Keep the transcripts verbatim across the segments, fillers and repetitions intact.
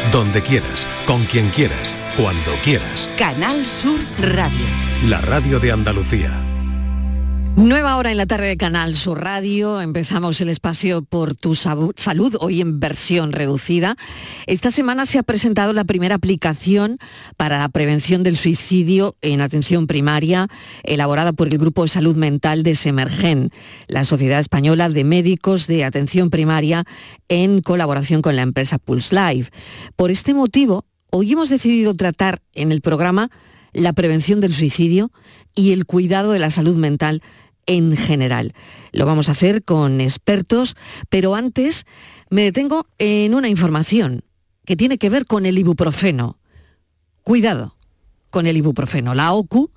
donde quieras, con quien quieras, cuando quieras. Canal Sur Radio. La radio de Andalucía. Nueva hora en la tarde de Canal Sur Radio. Empezamos el espacio Por tu Salud, hoy en versión reducida. Esta semana se ha presentado la primera aplicación para la prevención del suicidio en atención primaria, elaborada por el Grupo de Salud Mental de Semergen, la Sociedad Española de Médicos de Atención Primaria, en colaboración con la empresa Pulse Life. Por este motivo, hoy hemos decidido tratar en el programa la prevención del suicidio y el cuidado de la salud mental en general. Lo vamos a hacer con expertos, pero antes me detengo en una información que tiene que ver con el ibuprofeno. Cuidado con el ibuprofeno. La O C U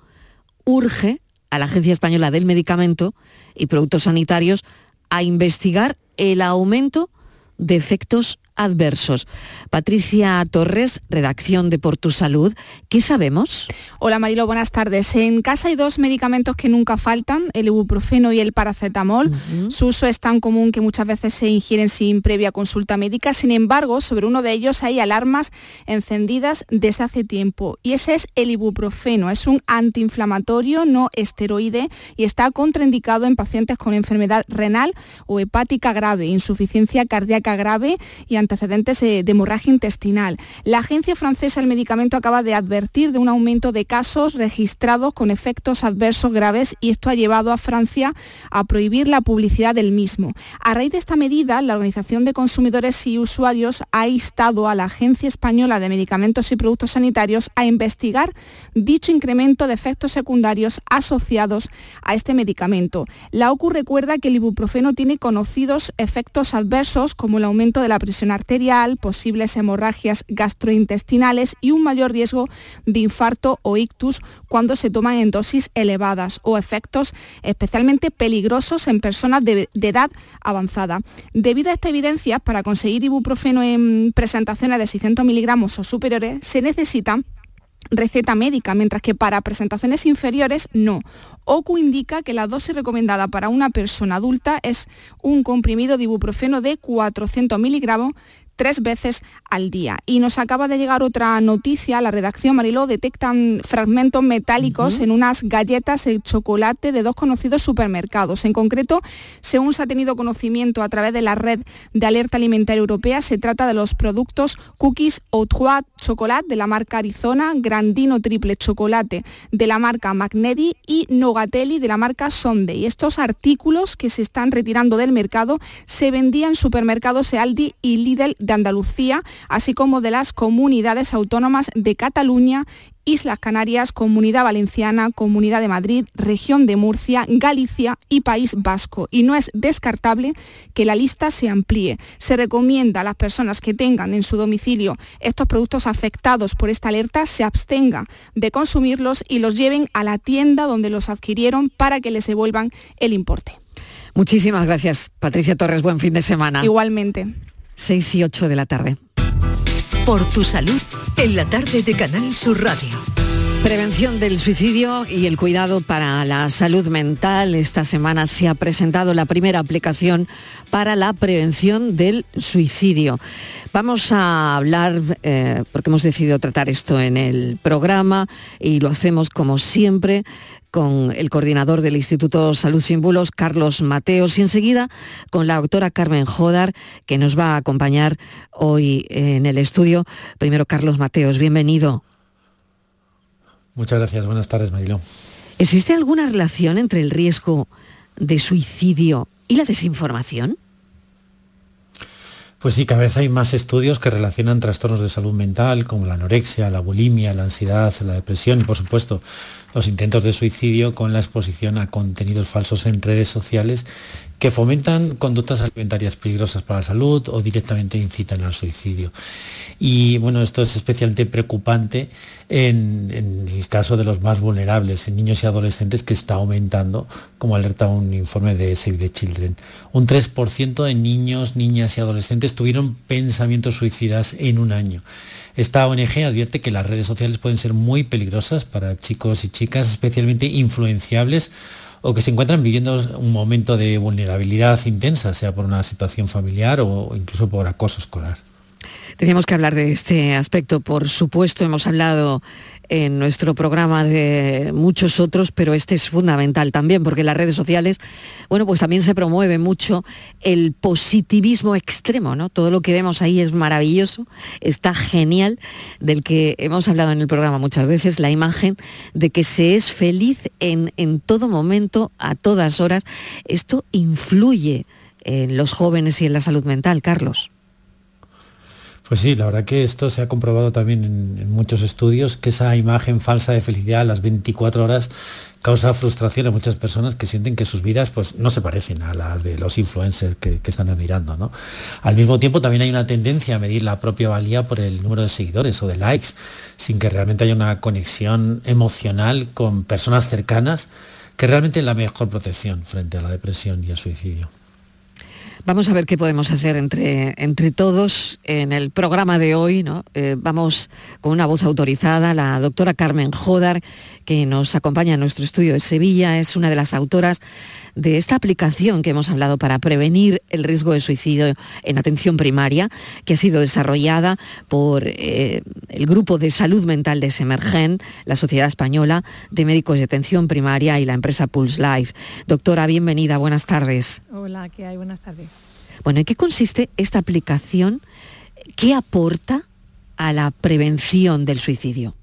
urge a la Agencia Española del Medicamento y Productos Sanitarios a investigar el aumento de efectos adversos. Patricia Torres, redacción de Por tu Salud. ¿Qué sabemos? Hola Marilo, buenas tardes. En casa hay dos medicamentos que nunca faltan, el ibuprofeno y el paracetamol. Uh-huh. Su uso es tan común que muchas veces se ingieren sin previa consulta médica. Sin embargo, sobre uno de ellos hay alarmas encendidas desde hace tiempo. Y ese es el ibuprofeno. Es un antiinflamatorio no esteroide y está contraindicado en pacientes con enfermedad renal o hepática grave, insuficiencia cardíaca grave y antecedentes de hemorragia intestinal. La Agencia Francesa del Medicamento acaba de advertir de un aumento de casos registrados con efectos adversos graves y esto ha llevado a Francia a prohibir la publicidad del mismo. A raíz de esta medida, la Organización de Consumidores y Usuarios ha instado a la Agencia Española de Medicamentos y Productos Sanitarios a investigar dicho incremento de efectos secundarios asociados a este medicamento. La O C U recuerda que el ibuprofeno tiene conocidos efectos adversos como el aumento de la presión arterial, posibles hemorragias gastrointestinales y un mayor riesgo de infarto o ictus cuando se toman en dosis elevadas o efectos especialmente peligrosos en personas de, de edad avanzada. Debido a esta evidencia, para conseguir ibuprofeno en presentaciones de seiscientos miligramos o superiores se necesita receta médica, mientras que para presentaciones inferiores no. O C U indica que la dosis recomendada para una persona adulta es un comprimido de ibuprofeno de cuatrocientos miligramos tres veces al día. Y nos acaba de llegar otra noticia, la redacción, Mariló, detectan fragmentos metálicos uh-huh. en unas galletas de chocolate de dos conocidos supermercados. En concreto, según se ha tenido conocimiento a través de la red de alerta alimentaria europea, se trata de los productos Cookies Au Trois Chocolat de la marca Arizona, Grandino Triple Chocolate de la marca Magnedi y Nogatelli de la marca Sonde. Y estos artículos que se están retirando del mercado se vendían en supermercados Aldi y Lidl de Andalucía, así como de las comunidades autónomas de Cataluña, Islas Canarias, Comunidad Valenciana, Comunidad de Madrid, Región de Murcia, Galicia y País Vasco. Y no es descartable que la lista se amplíe. Se recomienda a las personas que tengan en su domicilio estos productos afectados por esta alerta se abstengan de consumirlos y los lleven a la tienda donde los adquirieron para que les devuelvan el importe. Muchísimas gracias, Patricia Torres. Buen fin de semana. Igualmente. seis y ocho de la tarde. Por tu salud, en la tarde de Canal Sur Radio. Prevención del suicidio y el cuidado para la salud mental. Esta semana se ha presentado la primera aplicación para la prevención del suicidio. Vamos a hablar, eh, porque hemos decidido tratar esto en el programa y lo hacemos como siempre con el coordinador del Instituto Salud Sin Bulos, Carlos Mateos, y enseguida con la doctora Carmen Jodar, que nos va a acompañar hoy en el estudio. Primero, Carlos Mateos, bienvenido. Muchas gracias, buenas tardes, Mariló. ¿Existe alguna relación entre el riesgo de suicidio y la desinformación? Pues sí, cada vez hay más estudios que relacionan trastornos de salud mental como la anorexia, la bulimia, la ansiedad, la depresión y, por supuesto, los intentos de suicidio con la exposición a contenidos falsos en redes sociales que fomentan conductas alimentarias peligrosas para la salud o directamente incitan al suicidio. Y bueno, esto es especialmente preocupante en, en el caso de los más vulnerables, en niños y adolescentes, que está aumentando, como alerta un informe de Save the Children. Un tres por ciento de niños, niñas y adolescentes tuvieron pensamientos suicidas en un año. Esta O N G advierte que las redes sociales pueden ser muy peligrosas para chicos y chicas, especialmente influenciables o que se encuentran viviendo un momento de vulnerabilidad intensa, sea por una situación familiar o incluso por acoso escolar. Tenemos que hablar de este aspecto, por supuesto, hemos hablado en nuestro programa de muchos otros, pero este es fundamental también, porque en las redes sociales, bueno, pues también se promueve mucho el positivismo extremo, ¿no? Todo lo que vemos ahí es maravilloso, está genial, del que hemos hablado en el programa muchas veces, la imagen de que se es feliz en, en todo momento, a todas horas. Esto influye en los jóvenes y en la salud mental, Carlos. Pues sí, la verdad que esto se ha comprobado también en, en muchos estudios, que esa imagen falsa de felicidad a las veinticuatro horas causa frustración a muchas personas que sienten que sus vidas pues, no se parecen a las de los influencers que, que están admirando, ¿no? Al mismo tiempo también hay una tendencia a medir la propia valía por el número de seguidores o de likes, sin que realmente haya una conexión emocional con personas cercanas, que realmente es la mejor protección frente a la depresión y el suicidio. Vamos a ver qué podemos hacer entre, entre todos en el programa de hoy, ¿no? Eh, vamos con una voz autorizada, la doctora Carmen Jodar, que nos acompaña en nuestro estudio de Sevilla, es una de las autoras de esta aplicación que hemos hablado para prevenir el riesgo de suicidio en atención primaria, que ha sido desarrollada por eh, el Grupo de Salud Mental de Semergen, la Sociedad Española de Médicos de Atención Primaria y la empresa Pulse Life. Doctora, bienvenida, buenas tardes. Hola, ¿qué hay? Buenas tardes. Bueno, ¿en qué consiste esta aplicación? ¿Qué aporta a la prevención del suicidio?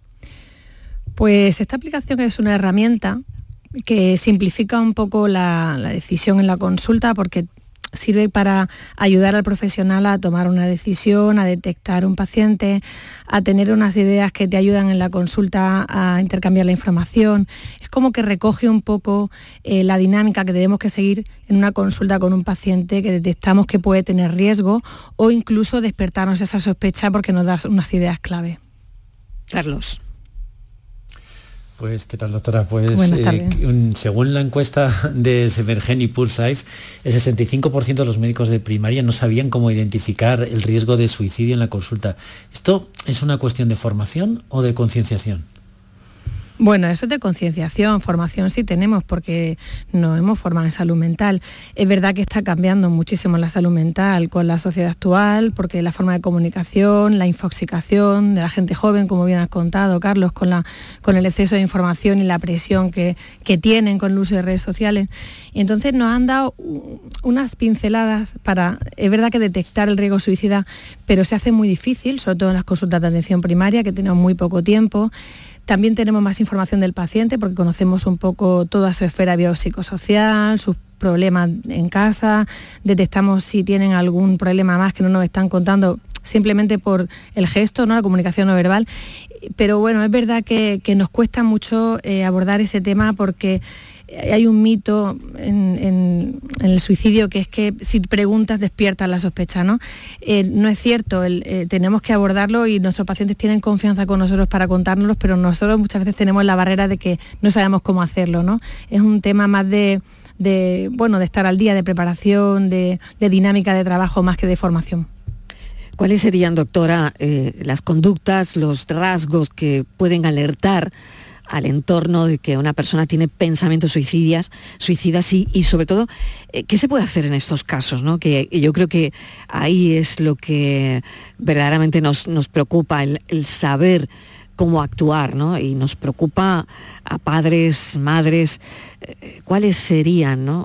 Pues esta aplicación es una herramienta que simplifica un poco la, la decisión en la consulta, porque sirve para ayudar al profesional a tomar una decisión, a detectar un paciente, a tener unas ideas que te ayudan en la consulta a intercambiar la información. Es como que recoge un poco eh, la dinámica que tenemos que seguir en una consulta con un paciente que detectamos que puede tener riesgo, o incluso despertarnos esa sospecha porque nos da unas ideas clave. Carlos. Pues, ¿qué tal, doctora? Pues, eh, un, según la encuesta de Semergen y Pulse Life, el sesenta y cinco por ciento de los médicos de primaria no sabían cómo identificar el riesgo de suicidio en la consulta. ¿Esto es una cuestión de formación o de concienciación? Bueno, eso es de concienciación, formación sí tenemos porque nos hemos formado en salud mental. Es verdad que está cambiando muchísimo la salud mental con la sociedad actual, porque la forma de comunicación, la infoxicación de la gente joven, como bien has contado, Carlos, con, la, con el exceso de información y la presión que, que tienen con el uso de redes sociales. Y entonces nos han dado unas pinceladas para, es verdad que detectar el riesgo suicida, pero se hace muy difícil, sobre todo en las consultas de atención primaria, que tenemos muy poco tiempo. También tenemos más información del paciente porque conocemos un poco toda su esfera biopsicosocial, sus problemas en casa, detectamos si tienen algún problema más que no nos están contando simplemente por el gesto, ¿no? La comunicación no verbal. Pero bueno, es verdad que, que nos cuesta mucho eh, abordar ese tema porque hay un mito en, en, en el suicidio que es que si preguntas despiertas la sospecha, ¿no? Eh, no es cierto, el, eh, tenemos que abordarlo y nuestros pacientes tienen confianza con nosotros para contárnoslo, pero nosotros muchas veces tenemos la barrera de que no sabemos cómo hacerlo, ¿no? Es un tema más de, de bueno, de estar al día, de preparación, de, de dinámica de trabajo más que de formación. ¿Cuáles serían, doctora, eh, las conductas, los rasgos que pueden alertar al entorno de que una persona tiene pensamientos suicidas, suicidas y, y sobre todo, eh, ¿qué se puede hacer en estos casos, ¿no? Que yo creo que ahí es lo que verdaderamente nos, nos preocupa, el, el saber cómo actuar, ¿no? Y nos preocupa a padres, madres, eh, ¿cuáles serían, ¿no?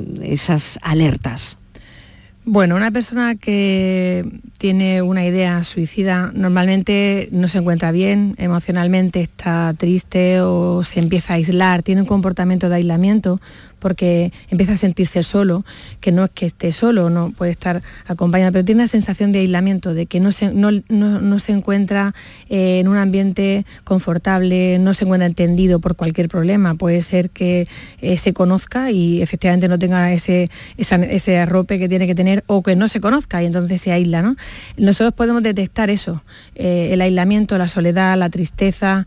esas alertas? Bueno, una persona que tiene una idea suicida normalmente no se encuentra bien, emocionalmente está triste o se empieza a aislar, tiene un comportamiento de aislamiento porque empieza a sentirse solo, que no es que esté solo, no puede estar acompañado, pero tiene una sensación de aislamiento, de que no se, no, no, no se encuentra eh, en un ambiente confortable, no se encuentra entendido por cualquier problema. Puede ser que eh, se conozca y efectivamente no tenga ese, esa, ese arrope que tiene que tener, o que no se conozca y entonces se aísla, ¿no? Nosotros podemos detectar eso, eh, el aislamiento, la soledad, la tristeza,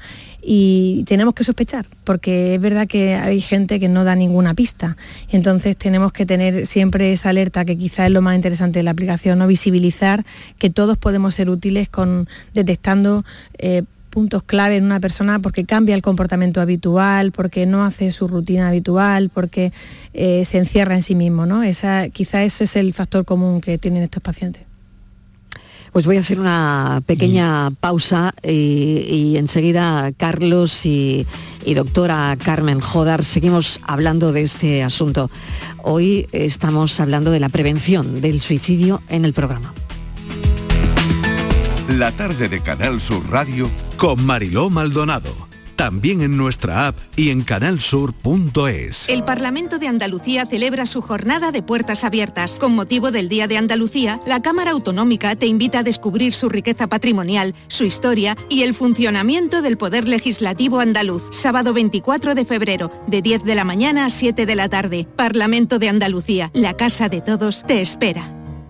y tenemos que sospechar, porque es verdad que hay gente que no da ninguna pista, entonces tenemos que tener siempre esa alerta, que quizás es lo más interesante de la aplicación, ¿no? Visibilizar que todos podemos ser útiles con detectando eh, puntos clave en una persona, porque cambia el comportamiento habitual, porque no hace su rutina habitual, porque eh, se encierra en sí mismo, ¿no? Esa, quizás eso es el factor común que tienen estos pacientes. Pues voy a hacer una pequeña pausa y, y enseguida Carlos y, y doctora Carmen Jódar seguimos hablando de este asunto. Hoy estamos hablando de la prevención del suicidio en el programa. La tarde de Canal Sur Radio con Mariló Maldonado. También en nuestra app y en canal sur punto es. El Parlamento de Andalucía celebra su jornada de puertas abiertas. Con motivo del Día de Andalucía, la Cámara Autonómica te invita a descubrir su riqueza patrimonial, su historia y el funcionamiento del Poder Legislativo andaluz. Sábado veinticuatro de febrero, de diez de la mañana a siete de la tarde. Parlamento de Andalucía, la casa de todos, te espera.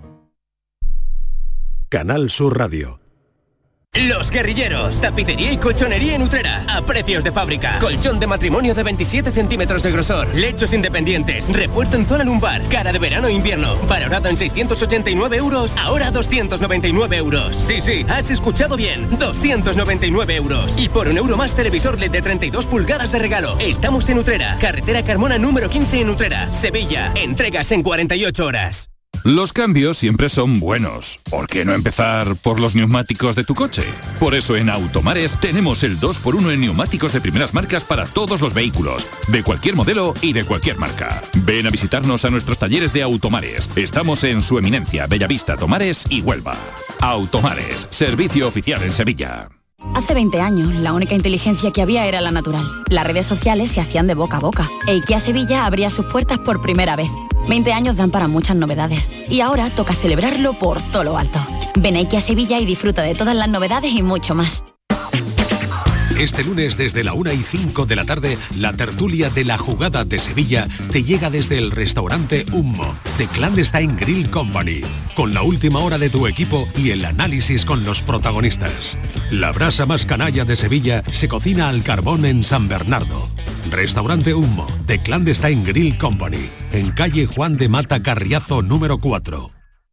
Canal Sur Radio. Los Guerrilleros, tapicería y colchonería en Utrera, a precios de fábrica. Colchón de matrimonio de veintisiete centímetros de grosor, lechos independientes, refuerzo en zona lumbar, cara de verano e invierno, valorado en seiscientos ochenta y nueve euros, ahora doscientos noventa y nueve euros. Sí, sí, has escuchado bien, doscientos noventa y nueve euros. Y por un euro más televisor L E D de treinta y dos pulgadas de regalo. Estamos en Utrera, carretera Carmona número quince en Utrera, Sevilla. Entregas en cuarenta y ocho horas. Los cambios siempre son buenos. ¿Por qué no empezar por los neumáticos de tu coche? Por eso en Automares tenemos el dos por uno en neumáticos de primeras marcas para todos los vehículos, de cualquier modelo y de cualquier marca. Ven a visitarnos a nuestros talleres de Automares. Estamos en Su Eminencia, Bellavista, Tomares y Huelva. Automares, servicio oficial en Sevilla. Hace veinte años, la única inteligencia que había era la natural. Las redes sociales se hacían de boca a boca. E IKEA Sevilla abría sus puertas por primera vez. veinte años dan para muchas novedades. Y ahora toca celebrarlo por todo lo alto. Ven a IKEA Sevilla y disfruta de todas las novedades y mucho más. Este lunes desde la una y cinco de la tarde, la tertulia de la jugada de Sevilla te llega desde el restaurante Hummo, de Clandestine Grill Company, con la última hora de tu equipo y el análisis con los protagonistas. La brasa más canalla de Sevilla se cocina al carbón en San Bernardo. Restaurante Hummo, de Clandestine Grill Company, en calle Juan de Mata Carriazo número cuatro.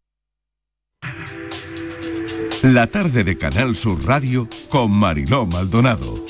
La tarde de Canal Sur Radio con Mariló Maldonado.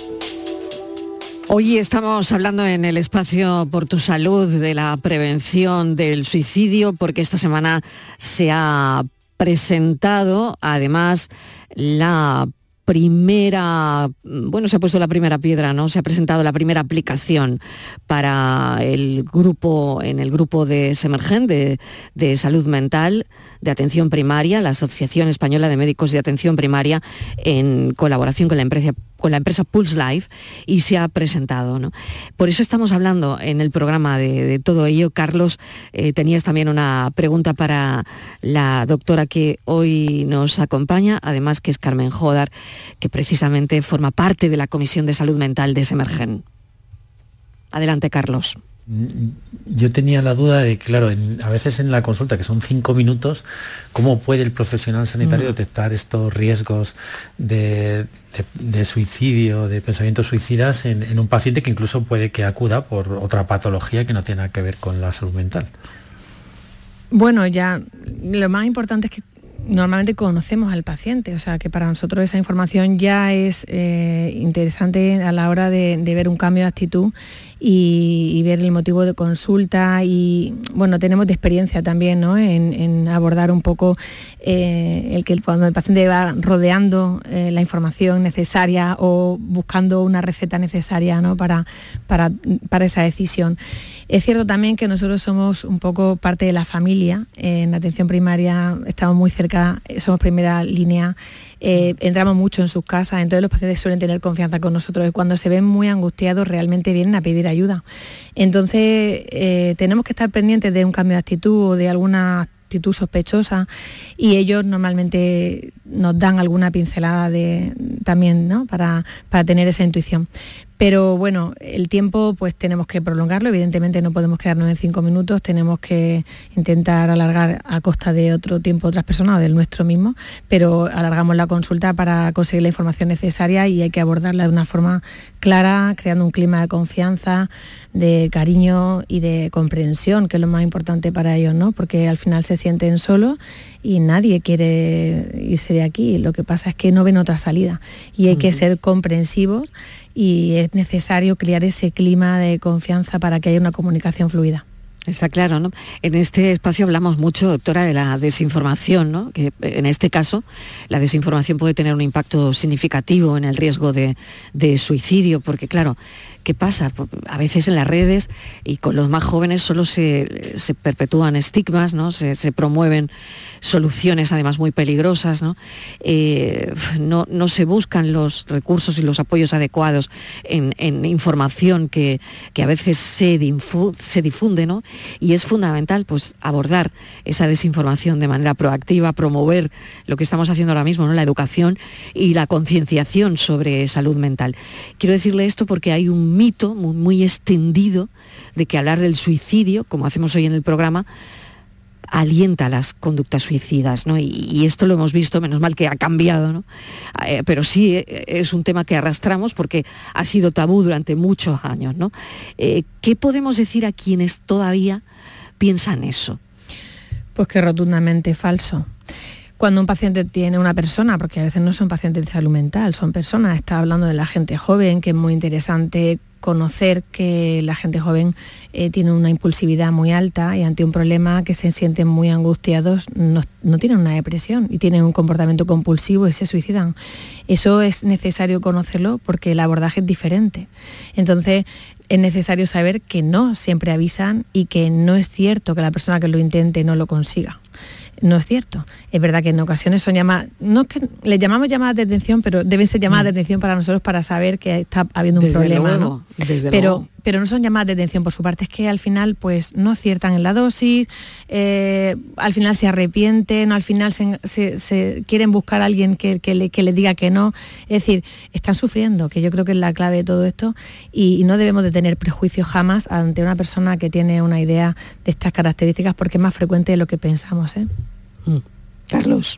Hoy estamos hablando en el espacio Por tu Salud de la prevención del suicidio, porque esta semana se ha presentado además la primera, bueno, se ha puesto la primera piedra, ¿no? Se ha presentado la primera aplicación para el grupo, en el grupo de Semergen, de, de salud mental, de atención primaria, la Asociación Española de Médicos de Atención Primaria, en colaboración con la empresa con la empresa Pulse Life, y se ha presentado, ¿no? Por eso estamos hablando en el programa de, de todo ello. Carlos, eh, tenías también una pregunta para la doctora que hoy nos acompaña, además que es Carmen Jódar, que precisamente forma parte de la Comisión de Salud Mental de Semergen. Adelante, Carlos. Yo tenía la duda de, claro, en, a veces en la consulta, que son cinco minutos, ¿cómo puede el profesional sanitario mm. detectar estos riesgos de, de, de suicidio, de pensamientos suicidas en, en un paciente que incluso puede que acuda por otra patología que no tiene nada que ver con la salud mental? Bueno, ya lo más importante es que normalmente conocemos al paciente, o sea que para nosotros esa información ya es eh, interesante a la hora de, de ver un cambio de actitud y, y ver el motivo de consulta. Y bueno, tenemos de experiencia también, ¿no?, en, en abordar un poco eh, el que cuando el paciente va rodeando eh, la información necesaria o buscando una receta necesaria, ¿no?, para, para, para esa decisión. Es cierto también que nosotros somos un poco parte de la familia. En la atención primaria estamos muy cerca, somos primera línea, eh, entramos mucho en sus casas, entonces los pacientes suelen tener confianza con nosotros y cuando se ven muy angustiados realmente vienen a pedir ayuda. Entonces eh, tenemos que estar pendientes de un cambio de actitud o de alguna actitud sospechosa, y ellos normalmente nos dan alguna pincelada de, también, ¿no?, para, para tener esa intuición. Pero bueno, el tiempo pues tenemos que prolongarlo, evidentemente no podemos quedarnos en cinco minutos, tenemos que intentar alargar a costa de otro tiempo de otras personas o del nuestro mismo, pero alargamos la consulta para conseguir la información necesaria y hay que abordarla de una forma clara, creando un clima de confianza, de cariño y de comprensión, que es lo más importante para ellos, ¿no? Porque al final se sienten solos y nadie quiere irse de aquí, lo que pasa es que no ven otra salida y hay uh-huh. que ser comprensivos. Y es necesario crear ese clima de confianza para que haya una comunicación fluida. Está claro, ¿no? En este espacio hablamos mucho, doctora, de la desinformación, ¿no? Que en este caso la desinformación puede tener un impacto significativo en el riesgo de, de suicidio, porque claro, ¿qué pasa? A veces en las redes y con los más jóvenes solo se, se perpetúan estigmas, ¿no? Se, se promueven soluciones además muy peligrosas, ¿no? Eh, no, no se buscan los recursos y los apoyos adecuados en, en información que, que a veces se, difu, se difunde, ¿no? Y es fundamental pues, abordar esa desinformación de manera proactiva, promover lo que estamos haciendo ahora mismo, ¿no? La educación y la concienciación sobre salud mental. Quiero decirle esto porque hay un mito muy, muy extendido de que hablar del suicidio, como hacemos hoy en el programa, alienta las conductas suicidas, ¿no? Y, y esto lo hemos visto, menos mal que ha cambiado, ¿no? Eh, pero sí eh, es un tema que arrastramos porque ha sido tabú durante muchos años, ¿no? Eh, ¿Qué podemos decir a quienes todavía piensan eso? Pues que rotundamente falso. Cuando un paciente tiene una persona, porque a veces no son pacientes de salud mental, son personas, está hablando de la gente joven, que es muy interesante conocer que la gente joven eh, tiene una impulsividad muy alta y ante un problema que se sienten muy angustiados no, no tienen una depresión y tienen un comportamiento compulsivo y se suicidan. Eso es necesario conocerlo porque el abordaje es diferente. Entonces es necesario saber que no siempre avisan y que no es cierto que la persona que lo intente no lo consiga. No es cierto. Es verdad que en ocasiones son llamadas, no es que les llamamos llamadas de atención, pero deben ser llamadas mm. de atención para nosotros para saber que está habiendo un desde problema, luego, ¿no? Desde pero, luego. pero no son llamadas de atención por su parte, es que al final pues no aciertan en la dosis, eh, al final se arrepienten, al final se, se, se quieren buscar a alguien que, que, le, que les diga que no. Es decir, están sufriendo, que yo creo que es la clave de todo esto, y, y no debemos de tener prejuicios jamás ante una persona que tiene una idea de estas características, porque es más frecuente de lo que pensamos, ¿eh? Mm. Carlos.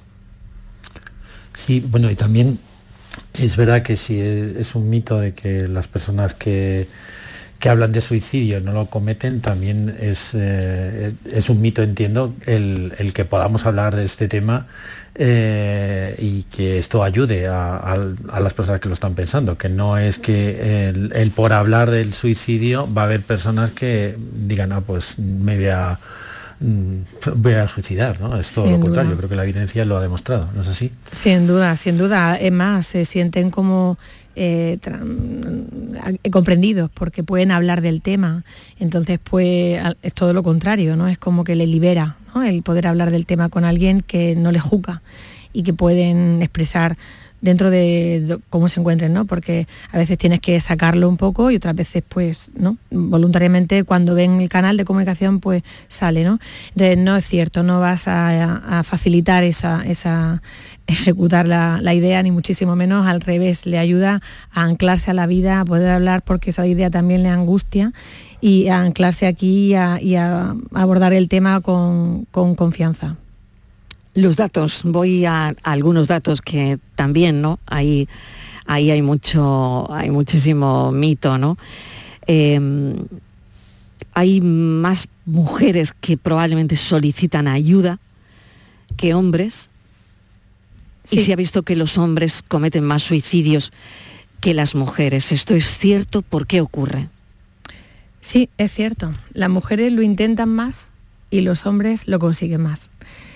Sí, bueno, y también es verdad que sí, es un mito de que las personas que, que hablan de suicidio no lo cometen, también es, eh, es un mito, entiendo, el, el que podamos hablar de este tema eh, y que esto ayude a, a, a las personas que lo están pensando, que no es que el, el por hablar del suicidio va a haber personas que digan, ah, pues me voy a... voy a suicidar, ¿no? Es todo Sin lo contrario, duda. creo que la evidencia lo ha demostrado, ¿no es así? Sin duda, sin duda, es más, se sienten como eh, comprendidos porque pueden hablar del tema, entonces pues es todo lo contrario, ¿no? Es como que le libera, ¿no? El poder hablar del tema con alguien que no le juzga y que pueden expresar dentro de cómo se encuentren, ¿no? Porque a veces tienes que sacarlo un poco y otras veces, pues, ¿no? Voluntariamente cuando ven el canal de comunicación, pues sale, ¿no? Entonces no es cierto, no vas a, a facilitar esa, esa ejecutar la, la idea, ni muchísimo menos, al revés, le ayuda a anclarse a la vida, a poder hablar porque esa idea también le angustia y a anclarse aquí y a, y a abordar el tema con, con confianza. Los datos, voy a, a algunos datos que también, ¿no? Ahí, ahí hay mucho, hay muchísimo mito, ¿no? Eh, hay más mujeres que probablemente solicitan ayuda que hombres. Sí. Y se ha visto que los hombres cometen más suicidios que las mujeres. ¿Esto es cierto? ¿Por qué ocurre? Sí, es cierto. Las mujeres lo intentan más y los hombres lo consiguen más.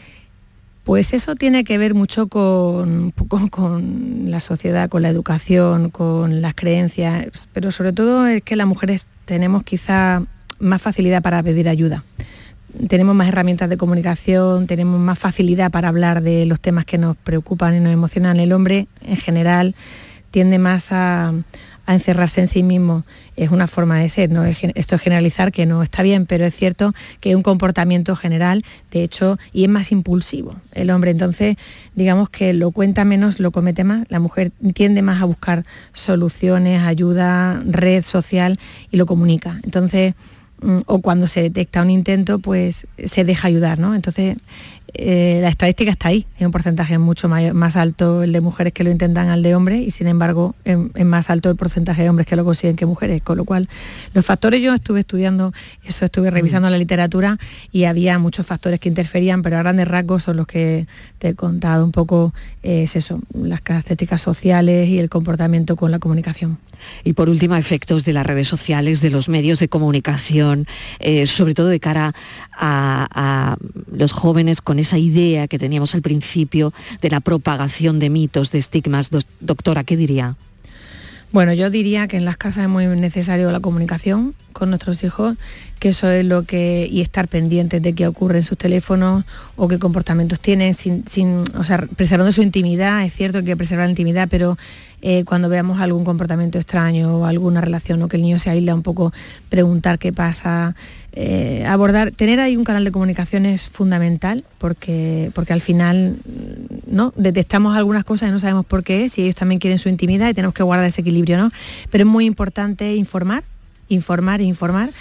Pues eso tiene que ver mucho con, con, con la sociedad, con la educación, con las creencias, pero sobre todo es que las mujeres tenemos quizá más facilidad para pedir ayuda. Tenemos más herramientas de comunicación, tenemos más facilidad para hablar de los temas que nos preocupan y nos emocionan. El hombre, en general, tiende más a, a encerrarse en sí mismo. Es una forma de ser, ¿no? Esto es generalizar, que no está bien, pero es cierto que es un comportamiento general, de hecho, y es más impulsivo el hombre. Entonces, digamos que lo cuenta menos, lo comete más. La mujer tiende más a buscar soluciones, ayuda, red social y lo comunica. Entonces, o cuando se detecta un intento, pues se deja ayudar, ¿no? Entonces, eh, la estadística está ahí, hay un porcentaje mucho mayor, más alto el de mujeres que lo intentan al de hombres, y sin embargo es, es más alto el porcentaje de hombres que lo consiguen que mujeres, con lo cual los factores, yo estuve estudiando eso, estuve revisando mm. la literatura y había muchos factores que interferían, pero a grandes rasgos son los que te he contado un poco, eh, es eso, las características sociales y el comportamiento con la comunicación. Y por último, efectos de las redes sociales, de los medios de comunicación, eh, sobre todo de cara a, a los jóvenes, con esa idea que teníamos al principio de la propagación de mitos, de estigmas. Do- doctora, ¿qué diría? Bueno, yo diría que en las casas es muy necesario la comunicación con nuestros hijos, que eso es lo que, y estar pendientes de qué ocurre en sus teléfonos o qué comportamientos tienen, sin, sin, o sea, preservando su intimidad. Es cierto que hay que preservar la intimidad, pero eh, cuando veamos algún comportamiento extraño o alguna relación o que el niño se aísla un poco, preguntar qué pasa, eh, abordar, tener ahí un canal de comunicación es fundamental, porque, porque al final, ¿no?, detectamos algunas cosas y no sabemos por qué es, y ellos también quieren su intimidad y tenemos que guardar ese equilibrio, ¿no? Pero es muy importante informar, informar e informar,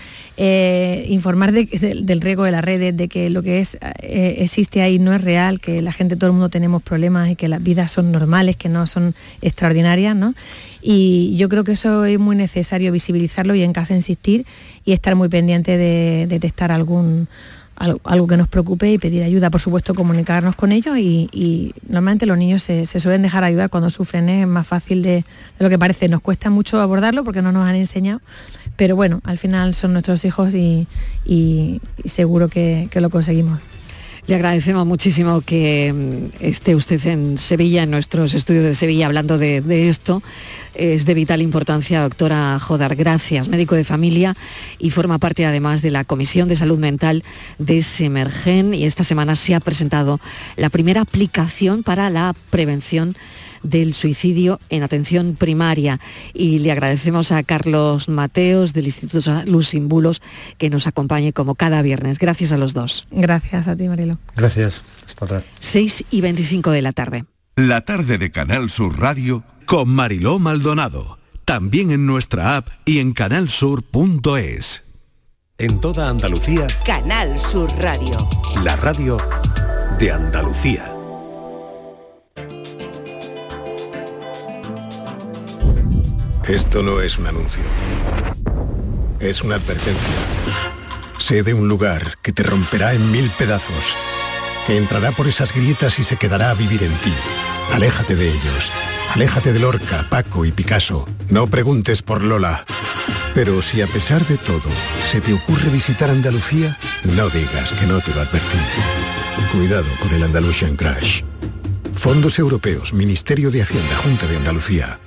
eh, informar de, de, del riesgo de las redes, de que lo que es eh, existe ahí no es real, que la gente, todo el mundo tenemos problemas y que las vidas son normales, que no son extraordinarias, ¿no? Y yo creo que eso es muy necesario visibilizarlo y en casa insistir y estar muy pendiente de, de detectar algún algo, algo que nos preocupe y pedir ayuda, por supuesto comunicarnos con ellos, y, y normalmente los niños se, se suelen dejar ayudar cuando sufren, ¿eh? Es más fácil de, de lo que parece, nos cuesta mucho abordarlo porque no nos han enseñado, pero bueno, al final son nuestros hijos y, y, y seguro que, que lo conseguimos. Le agradecemos muchísimo que esté usted en Sevilla, en nuestros estudios de Sevilla, hablando de, de esto. Es de vital importancia, doctora Jodar. Gracias, médico de familia y forma parte además de la Comisión de Salud Mental de Semergen, y esta semana se ha presentado la primera aplicación para la prevención del suicidio en atención primaria, y le agradecemos a Carlos Mateos del Instituto Salud Sin Bulos que nos acompañe como cada viernes. Gracias a los dos. Gracias a ti, Marilo. Gracias, hasta otra. seis y veinticinco de la tarde. La tarde de Canal Sur Radio con Mariló Maldonado, también en nuestra app y en canal sur punto es. En toda Andalucía, Canal Sur Radio, la radio de Andalucía. Esto no es un anuncio. Es una advertencia. Sé de un lugar que te romperá en mil pedazos, que entrará por esas grietas y se quedará a vivir en ti. Aléjate de ellos. Aléjate de Lorca, Paco y Picasso. No preguntes por Lola. Pero si a pesar de todo se te ocurre visitar Andalucía, no digas que no te lo advertí. Cuidado con el Andalusian Crash. Fondos Europeos, Ministerio de Hacienda, Junta de Andalucía.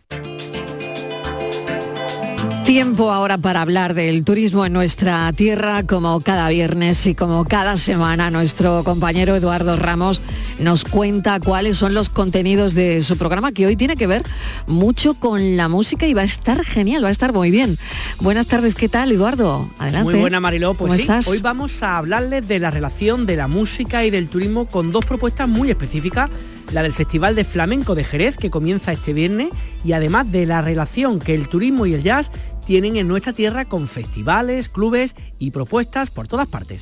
Tiempo ahora para hablar del turismo en nuestra tierra, como cada viernes y como cada semana. Nuestro compañero Eduardo Ramos nos cuenta cuáles son los contenidos de su programa, que hoy tiene que ver mucho con la música y va a estar genial, va a estar muy bien. Buenas tardes, ¿qué tal, Eduardo? Adelante. Muy buena, Mariló. Pues ¿Cómo sí, estás? Hoy vamos a hablarles de la relación de la música y del turismo con dos propuestas muy específicas: la del Festival de Flamenco de Jerez, que comienza este viernes, y además de la relación que el turismo y el jazz tienen en nuestra tierra con festivales, clubes y propuestas por todas partes.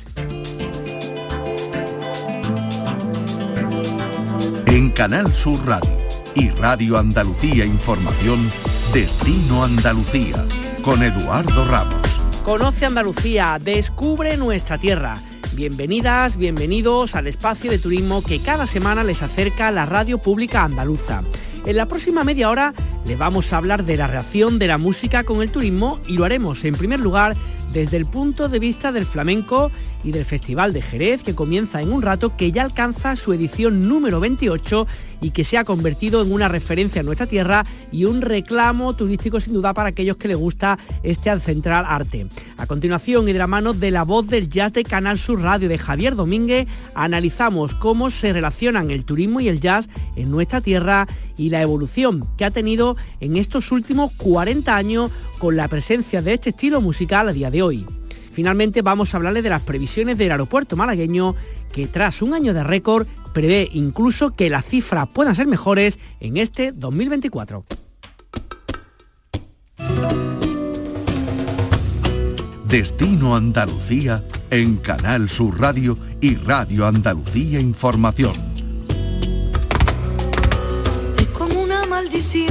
En Canal Sur Radio y Radio Andalucía Información, Destino Andalucía, con Eduardo Ramos. Conoce Andalucía, descubre nuestra tierra. Bienvenidas, bienvenidos al espacio de turismo que cada semana les acerca la radio pública andaluza. En la próxima media hora les vamos a hablar de la relación de la música con el turismo, y lo haremos en primer lugar desde el punto de vista del flamenco y del Festival de Jerez, que comienza en un rato, que ya alcanza su edición número veintiocho y que se ha convertido en una referencia en nuestra tierra y un reclamo turístico sin duda para aquellos que les gusta este ancestral arte. A continuación, y de la mano de la voz del jazz de Canal Sur Radio, de Javier Domínguez, analizamos cómo se relacionan el turismo y el jazz en nuestra tierra y la evolución que ha tenido en estos últimos cuarenta años con la presencia de este estilo musical a día de hoy. Finalmente vamos a hablarles de las previsiones del aeropuerto malagueño, que tras un año de récord prevé incluso que las cifras puedan ser mejores en este dos mil veinticuatro. Destino Andalucía en Canal Sur Radio y Radio Andalucía Información. Es como una maldición,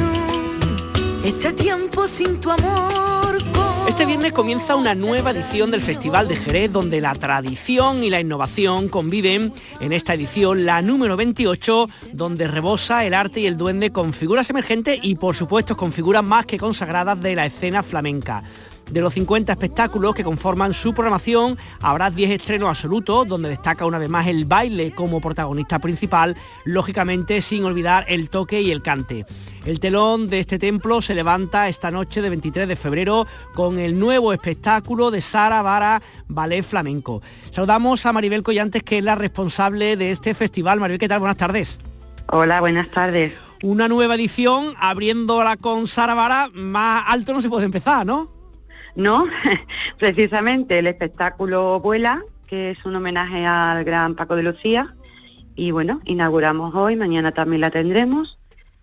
este tiempo sin tu amor. Este viernes comienza una nueva edición del Festival de Jerez, donde la tradición y la innovación conviven. En esta edición, la número veintiocho, donde rebosa el arte y el duende con figuras emergentes y, por supuesto, con figuras más que consagradas de la escena flamenca. De los cincuenta espectáculos que conforman su programación, habrá diez estrenos absolutos, donde destaca una vez más el baile como protagonista principal, lógicamente sin olvidar el toque y el cante. El telón de este templo se levanta esta noche de veintitrés de febrero con el nuevo espectáculo de Sara Vara, Ballet Flamenco. Saludamos a Maribel Collantes, que es la responsable de este festival. Maribel, ¿qué tal? Buenas tardes. Hola, buenas tardes. Una nueva edición, abriéndola con Sara Vara, más alto no se puede empezar, ¿no? No, precisamente el espectáculo Vuela, que es un homenaje al gran Paco de Lucía, y bueno, inauguramos hoy, mañana también la tendremos,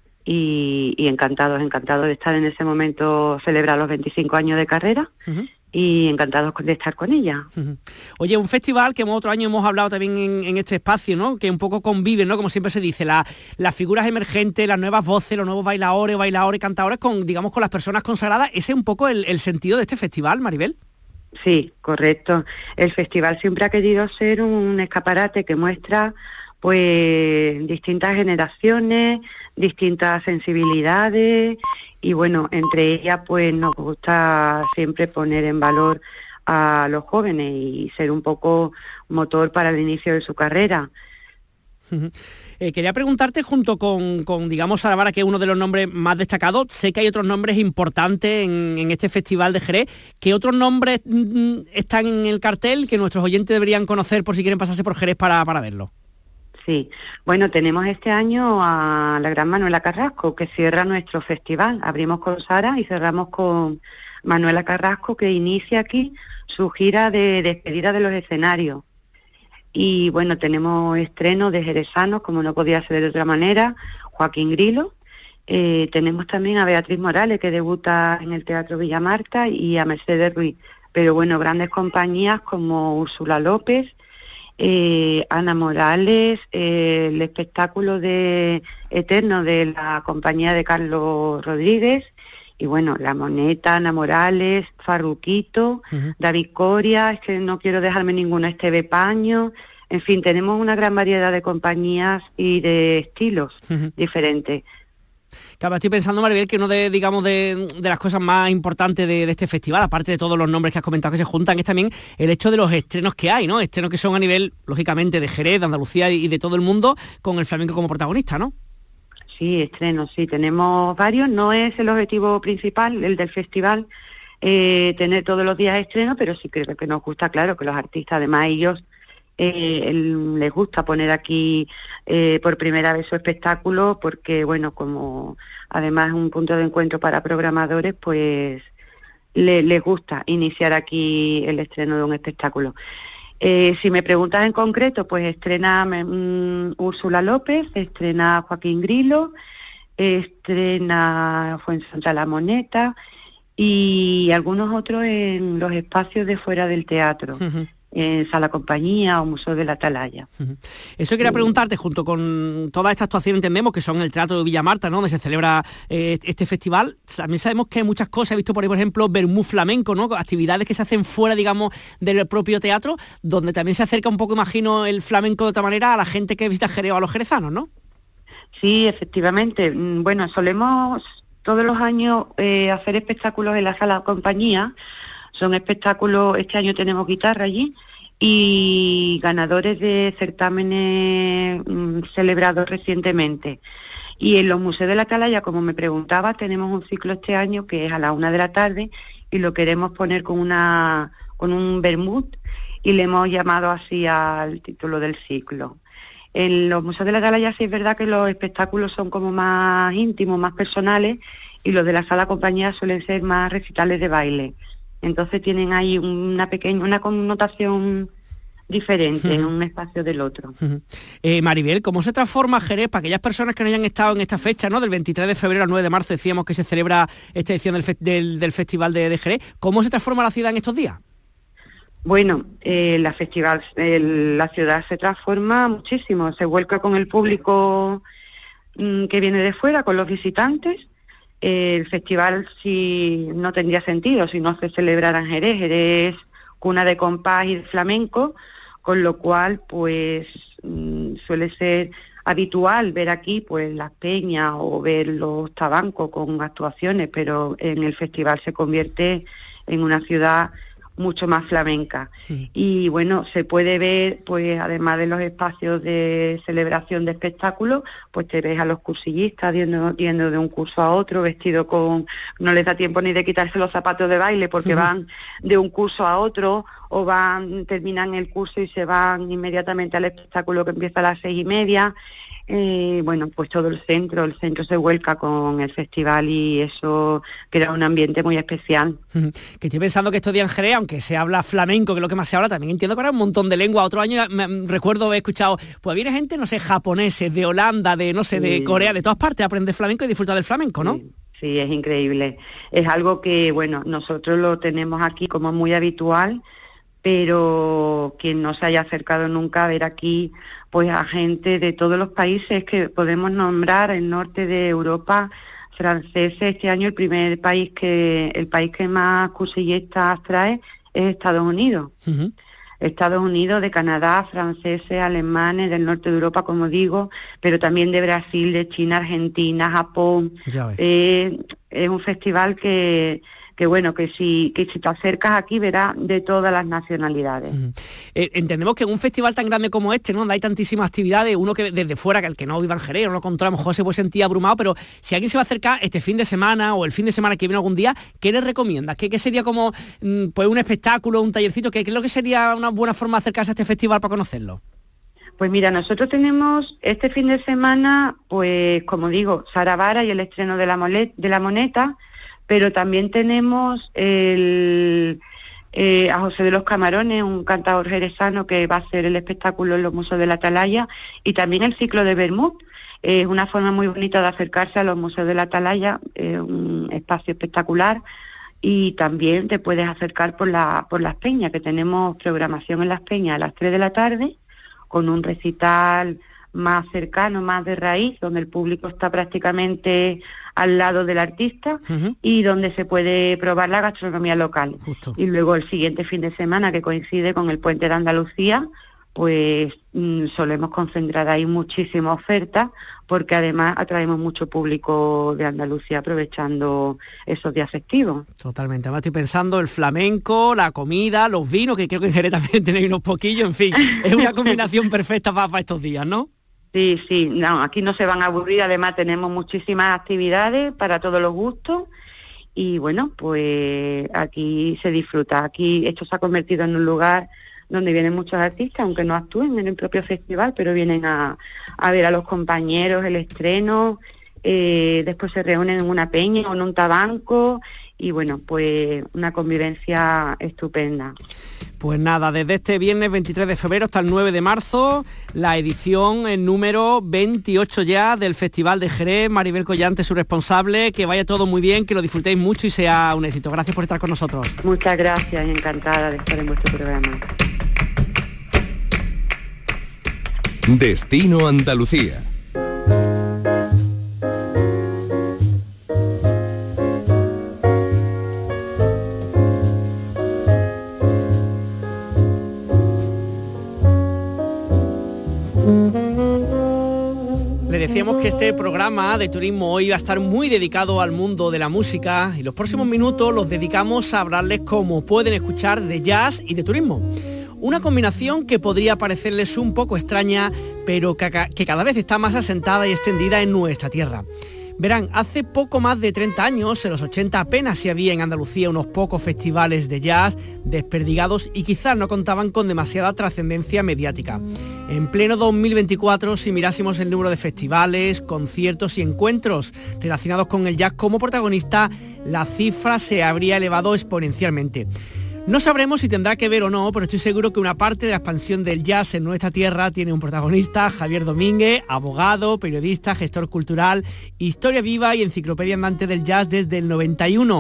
y, y encantados, encantados de estar en ese momento, celebrar los veinticinco años de carrera, uh-huh. y encantados de estar con ella. Uh-huh. Oye, un festival que otro año hemos hablado también en, en este espacio, ¿no? Que un poco conviven, ¿no? Como siempre se dice, la, las figuras emergentes, las nuevas voces, los nuevos bailadores, bailadores, cantadores, con, digamos, con las personas consagradas. ¿Ese es un poco el, el sentido de este festival, Maribel? Sí, correcto. El festival siempre ha querido ser un escaparate que muestra pues distintas generaciones, distintas sensibilidades, y bueno, entre ellas pues nos gusta siempre poner en valor a los jóvenes y ser un poco motor para el inicio de su carrera. Uh-huh. Eh, quería preguntarte, junto con, con digamos, Sara Vara, que es uno de los nombres más destacados, sé que hay otros nombres importantes en, en este Festival de Jerez. ¿Qué otros nombres mm, están en el cartel que nuestros oyentes deberían conocer por si quieren pasarse por Jerez para, para verlo? Sí, bueno, tenemos este año a la gran Manuela Carrasco, que cierra nuestro festival. Abrimos con Sara y cerramos con Manuela Carrasco, que inicia aquí su gira de despedida de los escenarios. Y bueno, tenemos estrenos de jerezanos, como no podía ser de otra manera, Joaquín Grilo. Eh, tenemos también a Beatriz Morales, que debuta en el Teatro Villa Marta, y a Mercedes Ruiz. Pero bueno, grandes compañías como Úrsula López, Eh, Ana Morales, eh, el espectáculo de Eterno de la compañía de Carlos Rodríguez, y bueno, La Moneta, Ana Morales, Farruquito, uh-huh. David Coria, es que no quiero dejarme ninguno, Esteve Paño, en fin, tenemos una gran variedad de compañías y de estilos uh-huh. diferentes. Claro, estoy pensando, Maribel, que uno de, digamos, de, de las cosas más importantes de, de este festival, aparte de todos los nombres que has comentado que se juntan, es también el hecho de los estrenos que hay, ¿no? Estrenos que son a nivel, lógicamente, de Jerez, de Andalucía y de todo el mundo, con el flamenco como protagonista, ¿no? Sí, estrenos, sí, tenemos varios. No es el objetivo principal, el del festival, eh, tener todos los días estrenos, pero sí creo que nos gusta, claro, que los artistas, además ellos, Eh, el, les gusta poner aquí eh, por primera vez su espectáculo, porque bueno, como además es un punto de encuentro para programadores, pues le, les gusta iniciar aquí el estreno de un espectáculo. Eh, si me preguntas en concreto, pues estrena um, Úrsula López, estrena Joaquín Grilo, estrena Fuensanta La Moneta y algunos otros en los espacios de fuera del teatro. Uh-huh. En Sala Compañía o Museo de la Atalaya. Uh-huh. Eso quería preguntarte, junto con toda esta actuación, entendemos que son el Teatro de Villa Marta, ¿no?, donde se celebra eh, este festival. También sabemos que hay muchas cosas, he visto por ahí, por ejemplo, Vermú Flamenco, ¿no?, actividades que se hacen fuera, digamos, del propio teatro, donde también se acerca un poco, imagino, el flamenco de otra manera a la gente que visita Jerez o a los jerezanos, ¿no? Sí, efectivamente. Bueno, solemos todos los años eh, hacer espectáculos en la Sala Compañía. Son espectáculos, este año tenemos guitarra allí, y ganadores de certámenes mmm, celebrados recientemente. Y en los museos de la Atalaya, como me preguntaba, tenemos un ciclo este año que es a la una de la tarde y lo queremos poner con una con un vermut, y le hemos llamado así al título del ciclo. En los museos de la Atalaya sí es verdad que los espectáculos son como más íntimos, más personales, y los de la Sala Compañía suelen ser más recitales de baile. Entonces tienen ahí una pequeña, una connotación diferente uh-huh. en un espacio del otro. Uh-huh. Eh, Maribel, ¿cómo se transforma Jerez para aquellas personas que no hayan estado en esta fecha, ¿no?, del veintitrés de febrero al nueve de marzo, decíamos que se celebra esta edición del, fe- del, del Festival de, de Jerez? ¿Cómo se transforma la ciudad en estos días? Bueno, eh, la festival, eh, la ciudad se transforma muchísimo, se vuelca con el público mmm, que viene de fuera, con los visitantes. Eh, el festival sí no tendría sentido si no se celebrara en Jerez. Jerez es cuna de compás y de flamenco, con lo cual pues mmm, suele ser habitual ver aquí pues las peñas o ver los tabancos con actuaciones, pero en el festival se convierte en una ciudad mucho más flamenca. Sí. Y bueno, se puede ver, pues además de los espacios de celebración de espectáculos, pues te ves a los cursillistas yendo, yendo de un curso a otro, vestido con, no les da tiempo ni de quitarse los zapatos de baile, porque uh-huh. van de un curso a otro, o van, terminan el curso y se van inmediatamente al espectáculo que empieza a las seis y media. Eh, bueno, pues todo el centro, el centro se vuelca con el festival y eso crea un ambiente muy especial. Que estoy pensando que estos días en Jerez, aunque se habla flamenco, que es lo que más se habla, también entiendo que ahora un montón de lengua. Otro año me, me, recuerdo haber escuchado, pues viene gente, no sé, japoneses, de Holanda, de no sé, sí. de Corea, de todas partes, a aprender flamenco y disfrutar del flamenco, ¿no? Sí. Sí, es increíble. Es algo que, bueno, nosotros lo tenemos aquí como muy habitual, pero quien no se haya acercado nunca a ver aquí pues a gente de todos los países que podemos nombrar, el norte de Europa, franceses. Este año el primer país que, el país que más cursillistas trae es Estados Unidos. Uh-huh. Estados Unidos, de Canadá, franceses, alemanes, del norte de Europa, como digo, pero también de Brasil, de China, Argentina, Japón. Eh, es un festival que... que bueno, que si que si te acercas aquí verás de todas las nacionalidades. Uh-huh. Eh, entendemos que en un festival tan grande como este, ¿no?, donde hay tantísimas actividades, uno que desde fuera, que el que no viva en Jerez, no lo controla, a lo mejor se puede sentir abrumado, pero si alguien se va a acercar este fin de semana o el fin de semana que viene algún día, ¿qué le recomiendas? ¿Qué, qué sería como pues un espectáculo, un tallercito? ¿Qué, qué es lo que sería una buena forma de acercarse a este festival para conocerlo? Pues mira, nosotros tenemos este fin de semana, pues como digo, Sara Vara y el estreno de la, molet, de la Moneta, pero también tenemos el, eh, a José de los Camarones, un cantador jerezano que va a hacer el espectáculo en los museos de la Atalaya, y también el ciclo de Bermud. Es eh, una forma muy bonita de acercarse a los museos de la Atalaya, eh, un espacio espectacular, y también te puedes acercar por, la, por las peñas, que tenemos programación en las peñas a las tres de la tarde, con un recital más cercano, más de raíz, donde el público está prácticamente al lado del artista uh-huh. y donde se puede probar la gastronomía local. Justo. Y luego el siguiente fin de semana, que coincide con el Puente de Andalucía, pues mmm, solemos concentrar ahí muchísima oferta, porque además atraemos mucho público de Andalucía aprovechando esos días festivos. Totalmente, además estoy pensando el flamenco, la comida, los vinos, que creo que en Jerez también tenéis unos poquillos, en fin, es una combinación perfecta para, para estos días, ¿no? Sí, sí, no, aquí no se van a aburrir, además tenemos muchísimas actividades para todos los gustos y bueno, pues aquí se disfruta. Aquí esto se ha convertido en un lugar donde vienen muchos artistas, aunque no actúen en el propio festival, pero vienen a, a ver a los compañeros, el estreno, eh, después se reúnen en una peña o en un tabanco y bueno, pues una convivencia estupenda. Pues nada, desde este viernes veintitrés de febrero hasta el nueve de marzo, la edición en número veintiocho ya del Festival de Jerez. Maribel Collante, su responsable, que vaya todo muy bien, que lo disfrutéis mucho y sea un éxito. Gracias por estar con nosotros. Muchas gracias y encantada de estar en vuestro programa. Destino Andalucía. Le decíamos que este programa de turismo hoy va a estar muy dedicado al mundo de la música y los próximos minutos los dedicamos a hablarles cómo pueden escuchar de jazz y de turismo. Una combinación que podría parecerles un poco extraña, pero que, que cada vez está más asentada y extendida en nuestra tierra. Verán, hace poco más de treinta años, en los ochenta apenas si había en Andalucía unos pocos festivales de jazz desperdigados y quizás no contaban con demasiada trascendencia mediática. En pleno dos mil veinticuatro, si mirásemos el número de festivales, conciertos y encuentros relacionados con el jazz como protagonista, la cifra se habría elevado exponencialmente. No sabremos si tendrá que ver o no, pero estoy seguro que una parte de la expansión del jazz en nuestra tierra tiene un protagonista, Javier Domínguez, abogado, periodista, gestor cultural, historia viva y enciclopedia andante del jazz desde el noventa y uno.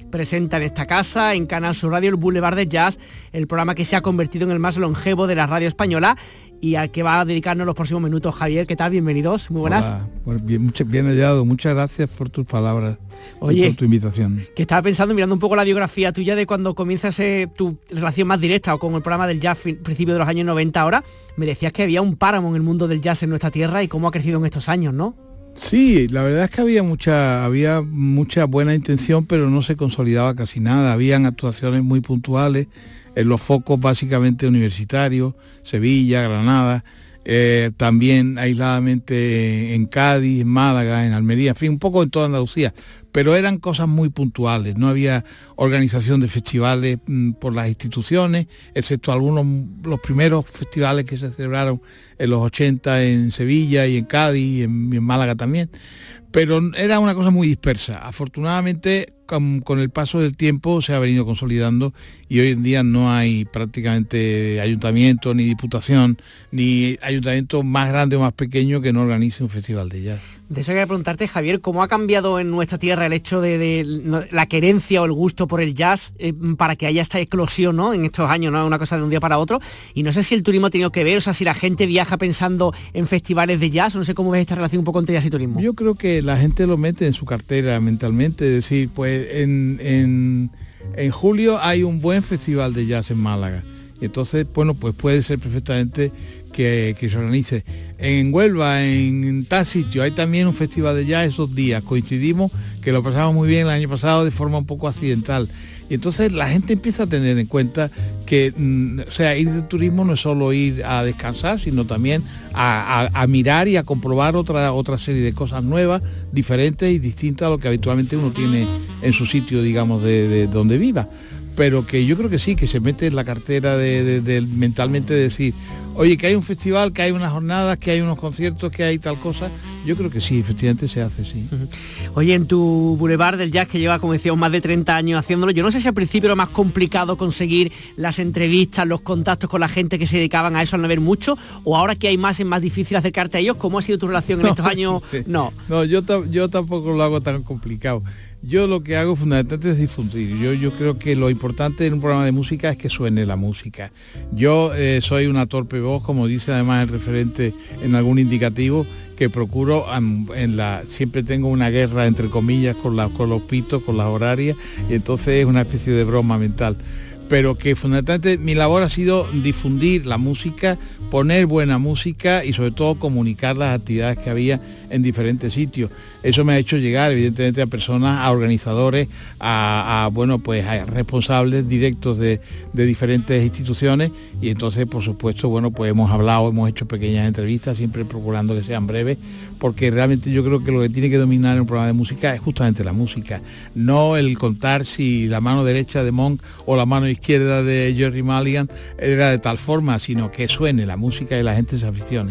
presenta en esta casa, en Canal Sur Radio, el Boulevard de Jazz, el programa que se ha convertido en el más longevo de la radio española y al que va a dedicarnos los próximos minutos. Javier, ¿qué tal? Bienvenidos, muy buenas. Hola. Bueno, bien, mucho, bien hallado, muchas gracias por tus palabras. Oye, y por tu invitación. Que estaba pensando, mirando un poco la biografía tuya de cuando comienzas eh, tu relación más directa o con el programa del jazz, principio de los años noventa ahora, me decías que había un páramo en el mundo del jazz en nuestra tierra y cómo ha crecido en estos años, ¿no? Sí, la verdad es que había mucha, había mucha buena intención, pero no se consolidaba casi nada. Habían actuaciones muy puntuales en los focos básicamente universitarios, Sevilla, Granada, eh, también aisladamente en Cádiz, en Málaga, en Almería, en fin, un poco en toda Andalucía, pero eran cosas muy puntuales, no había organización de festivales mmm, por las instituciones, excepto algunos, los primeros festivales que se celebraron en los ochenta en Sevilla y en Cádiz y en, y en Málaga también, pero era una cosa muy dispersa. Afortunadamente, con, con el paso del tiempo se ha venido consolidando y hoy en día no hay prácticamente ayuntamiento, ni diputación, ni ayuntamiento más grande o más pequeño que no organice un festival de jazz. De eso quería preguntarte, Javier, ¿cómo ha cambiado en nuestra tierra el hecho de, de la querencia o el gusto por el jazz eh, para que haya esta eclosión, ¿no?, en estos años, ¿no?, una cosa de un día para otro? Y no sé si el turismo ha tenido que ver, o sea, si la gente viaja pensando en festivales de jazz, o no sé cómo ves esta relación un poco entre jazz y turismo. Yo creo que la gente lo mete en su cartera mentalmente, es decir, pues en, en, en julio hay un buen festival de jazz en Málaga. Y entonces, bueno, pues puede ser perfectamente que, que se organice. En Huelva, en, en tal sitio, hay también un festival de jazz esos días. Coincidimos que lo pasamos muy bien el año pasado de forma un poco accidental. Y entonces la gente empieza a tener en cuenta que, mm, o sea, ir de turismo no es solo ir a descansar, sino también a, a, a mirar y a comprobar otra, otra serie de cosas nuevas, diferentes y distintas a lo que habitualmente uno tiene en su sitio, digamos, de, de donde viva. Pero que yo creo que sí, que se mete en la cartera de, de, de mentalmente decir, oye, que hay un festival, que hay unas jornadas, que hay unos conciertos, que hay tal cosa. Yo creo que sí, efectivamente se hace, sí. Uh-huh. Oye, en tu Boulevard del Jazz, que lleva, como decíamos, más de treinta años haciéndolo, yo no sé si al principio era más complicado conseguir las entrevistas, los contactos con la gente que se dedicaban a eso al no haber mucho, o ahora que hay más es más difícil acercarte a ellos. ¿Cómo ha sido tu relación en no, estos años? Sí. No, no yo, yo tampoco lo hago tan complicado. Yo lo que hago fundamentalmente es difundir. Yo, yo creo que lo importante en un programa de música es que suene la música. Yo eh, soy una torpe voz, como dice además el referente en algún indicativo, que procuro, en la, siempre tengo una guerra entre comillas con, la, con los pitos, con las horarias, y entonces es una especie de broma mental. Pero que fundamentalmente mi labor ha sido difundir la música, poner buena música y sobre todo comunicar las actividades que había en diferentes sitios. Eso me ha hecho llegar evidentemente a personas, a organizadores, a, a bueno, pues a responsables directos de, de diferentes instituciones, y entonces por supuesto, bueno, pues hemos hablado, hemos hecho pequeñas entrevistas, siempre procurando que sean breves, porque realmente yo creo que lo que tiene que dominar en un programa de música es justamente la música, no el contar si la mano derecha de Monk o la mano izquierda de Jerry Mulligan era de tal forma, sino que suene la música y la gente se aficione.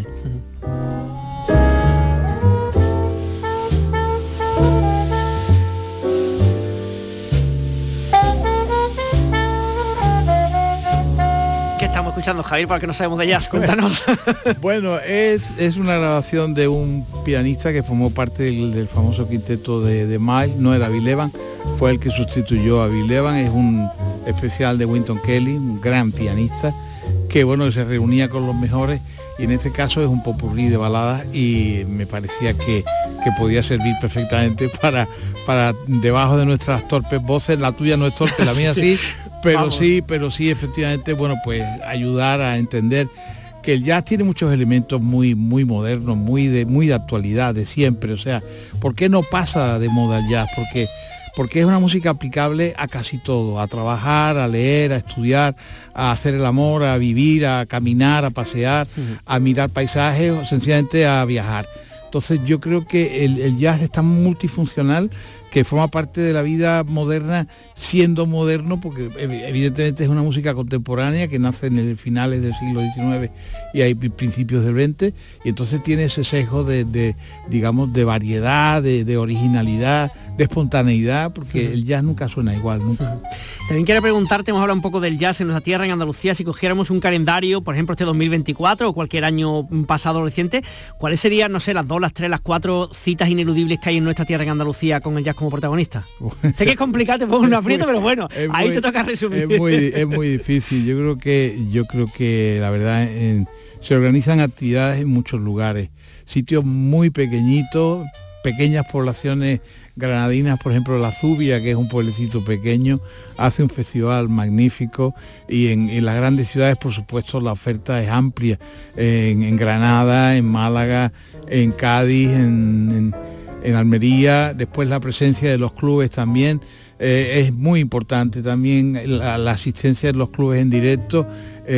Estamos escuchando, Javier, para que no sabemos de jazz, cuéntanos. Bueno, es, es una grabación de un pianista que formó parte del, del famoso quinteto de, de Miles, no era Bill Evans, fue el que sustituyó a Bill Evans, es un especial de Wynton Kelly, un gran pianista, que bueno, se reunía con los mejores, y en este caso es un popurrí de baladas, y me parecía que, que podía servir perfectamente para, para debajo de nuestras torpes voces. La tuya no es torpe, la mía sí, pero Vamos. sí, pero sí, efectivamente, bueno, pues ayudar a entender que el jazz tiene muchos elementos muy, muy modernos, muy de, muy de actualidad, de siempre. O sea, ¿por qué no pasa de moda el jazz? Porque porque es una música aplicable a casi todo, a trabajar, a leer, a estudiar, a hacer el amor, a vivir, a caminar, a pasear, uh-huh. a mirar paisajes o sencillamente a viajar. Entonces yo creo que el, el jazz es tan multifuncional que forma parte de la vida moderna, siendo moderno, porque evidentemente es una música contemporánea que nace en el finales del siglo diecinueve y hay principios del veinte, y entonces tiene ese sesgo de, de digamos, de variedad, de, de originalidad, de espontaneidad, porque uh-huh. el jazz nunca suena igual, nunca. Uh-huh. También quiero preguntarte, hemos hablado un poco del jazz en nuestra tierra, en Andalucía, si cogiéramos un calendario, por ejemplo, este dos mil veinticuatro o cualquier año pasado o reciente, ¿cuáles serían, no sé, las dos dos, las tres, las cuatro citas ineludibles que hay en nuestra tierra, en Andalucía, con el jazz como protagonista? Sé que es complicado, te pongo un aprieto, pero bueno, ahí muy, te toca resumir. Es muy, es muy difícil. Yo creo que, yo creo que la verdad, en, se organizan actividades en muchos lugares. Sitios muy pequeñitos, pequeñas poblaciones granadinas, por ejemplo La Zubia, que es un pueblecito pequeño, hace un festival magnífico, y en, en las grandes ciudades, por supuesto, la oferta es amplia, en, en Granada, en Málaga, en Cádiz, en, en, en Almería. Después la presencia de los clubes también eh, es muy importante, también la, la asistencia de los clubes en directo.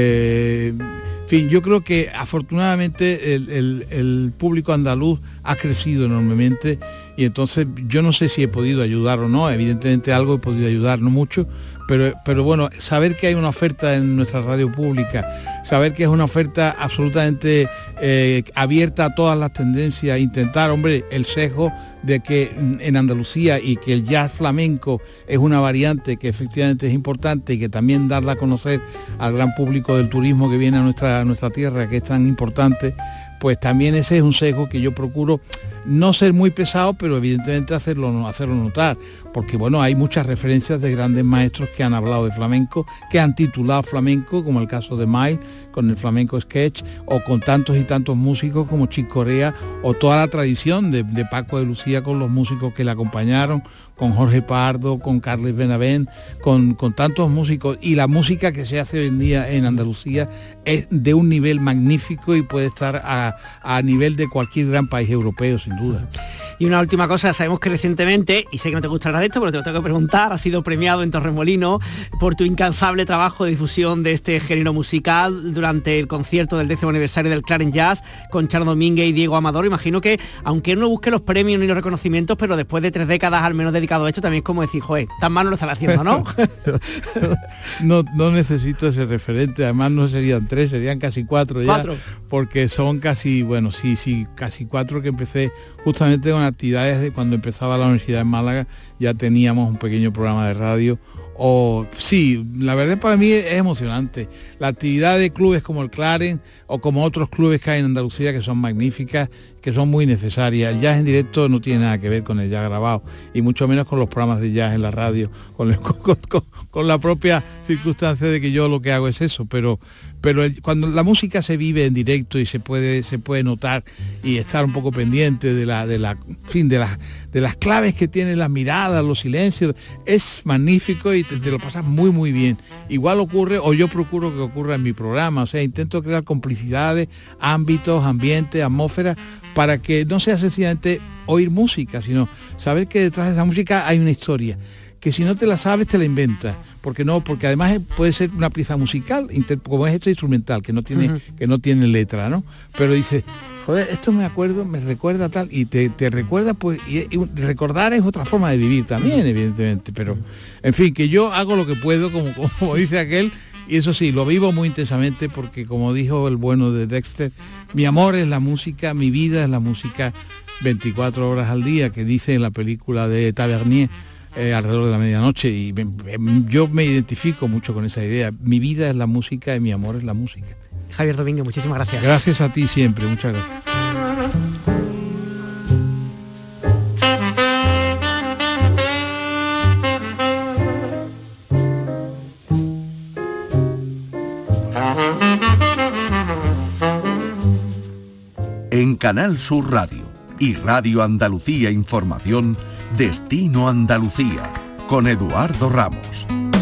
eh, En fin, yo creo que afortunadamente el, el, el público andaluz ha crecido enormemente, y entonces yo no sé si he podido ayudar o no, evidentemente algo he podido ayudar, no mucho, pero, pero bueno, saber que hay una oferta en nuestra radio pública, saber que es una oferta absolutamente eh, abierta a todas las tendencias, intentar, hombre, el sesgo de que en Andalucía y que el jazz flamenco es una variante que efectivamente es importante, y que también darla a conocer al gran público del turismo que viene a nuestra, a nuestra tierra, que es tan importante, pues también ese es un sesgo que yo procuro no ser muy pesado, pero evidentemente hacerlo, hacerlo notar, porque bueno, hay muchas referencias de grandes maestros que han hablado de flamenco, que han titulado flamenco, como el caso de Miles, con el flamenco sketch, o con tantos y tantos músicos como Chick Corea, o toda la tradición de, de Paco de Lucía con los músicos que le acompañaron, con Jorge Pardo, con Carles Benavent, con, con tantos músicos, y la música que se hace hoy en día en Andalucía es de un nivel magnífico y puede estar a, a nivel de cualquier gran país europeo, sin duda. Y una última cosa, sabemos que recientemente, y sé que no te gustará de esto, pero te lo tengo que preguntar, has sido premiado en Torremolinos por tu incansable trabajo de difusión de este género musical durante el concierto del décimo aniversario del Clarence Jazz con Charo Domínguez y Diego Amador. Imagino que, aunque no busque los premios ni los reconocimientos, pero después de tres décadas al menos dedicado a esto, también es como decir, joder, tan mal no lo están haciendo, ¿no? no, no necesito ese referente, además no serían tres, serían casi cuatro ya, ¿Cuatro? Porque son casi, bueno, sí, sí, casi cuatro que empecé justamente con actividades de cuando empezaba la universidad en Málaga, ya teníamos un pequeño programa de radio. O sí, la verdad para mí es emocionante. La actividad de clubes como el Clarence o como otros clubes que hay en Andalucía, que son magníficas, que son muy necesarias. El jazz en directo no tiene nada que ver con el jazz grabado, y mucho menos con los programas de jazz en la radio, con, el, con, con, con la propia circunstancia de que yo lo que hago es eso, pero pero el, cuando la música se vive en directo y se puede se puede notar y estar un poco pendiente de la de la en fin de las de las claves que tienen las miradas, los silencios, es magnífico y te, te lo pasas muy muy bien. Igual ocurre, o yo procuro que ocurra en mi programa, o sea, intento crear complicidades, ámbitos, ambientes, atmósferas, para que no sea sencillamente oír música, sino saber que detrás de esa música hay una historia, que si no te la sabes te la inventas, porque no, porque además puede ser una pieza musical, como es esto instrumental, que no tiene, uh-huh. que no tiene letra, ¿no? Pero dice, joder, esto me acuerdo, me recuerda tal, y te, te recuerda, pues, y, y recordar es otra forma de vivir también, evidentemente, pero, en fin, que yo hago lo que puedo, como, como dice aquel, y eso sí, lo vivo muy intensamente, porque como dijo el bueno de Dexter, mi amor es la música, mi vida es la música veinticuatro horas al día, que dice en la película de Tavernier, Eh, alrededor de la medianoche, y me, me, yo me identifico mucho con esa idea. Mi vida es la música y mi amor es la música. Javier Domínguez, muchísimas gracias. Gracias a ti siempre, muchas gracias. En Canal Sur Radio y Radio Andalucía Información, Destino Andalucía, con Eduardo Ramos.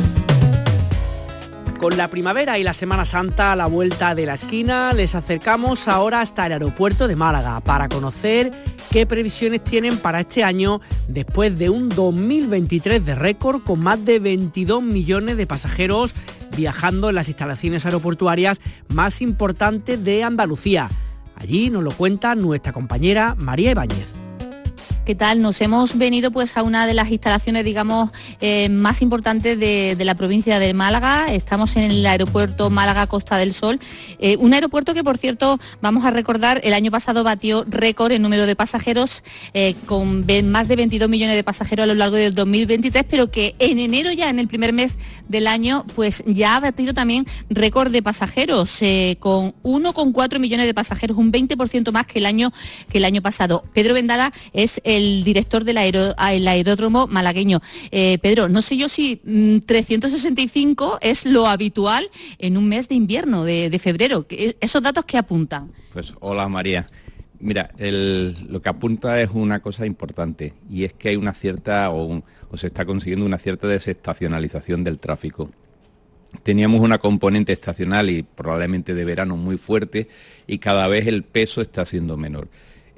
Con la primavera y la Semana Santa a la vuelta de la esquina, les acercamos ahora hasta el aeropuerto de Málaga para conocer qué previsiones tienen para este año, después de un dos mil veintitrés de récord con más de veintidós millones de pasajeros viajando en las instalaciones aeroportuarias más importantes de Andalucía. Allí nos lo cuenta nuestra compañera María Ibáñez. ¿Qué tal? Nos hemos venido pues a una de las instalaciones, digamos, eh, más importantes de, de la provincia de Málaga. Estamos en el aeropuerto Málaga Costa del Sol, eh, un aeropuerto que, por cierto, vamos a recordar, el año pasado batió récord en número de pasajeros, eh, con más de veintidós millones de pasajeros a lo largo del dos mil veintitrés, pero que en enero, ya en el primer mes del año, pues ya ha batido también récord de pasajeros, eh, con uno coma cuatro millones de pasajeros, un veinte por ciento más que el año que el año pasado. Pedro Vendala es el director del aero, el aeródromo malagueño. Eh, Pedro, no sé yo si mmm, trescientos sesenta y cinco es lo habitual en un mes de invierno, de, de febrero. ¿Esos datos qué apuntan? Pues hola María. Mira, el, lo que apunta es una cosa importante, y es que hay una cierta, o, un, o se está consiguiendo una cierta desestacionalización del tráfico. Teníamos una componente estacional y probablemente de verano muy fuerte, y cada vez el peso está siendo menor.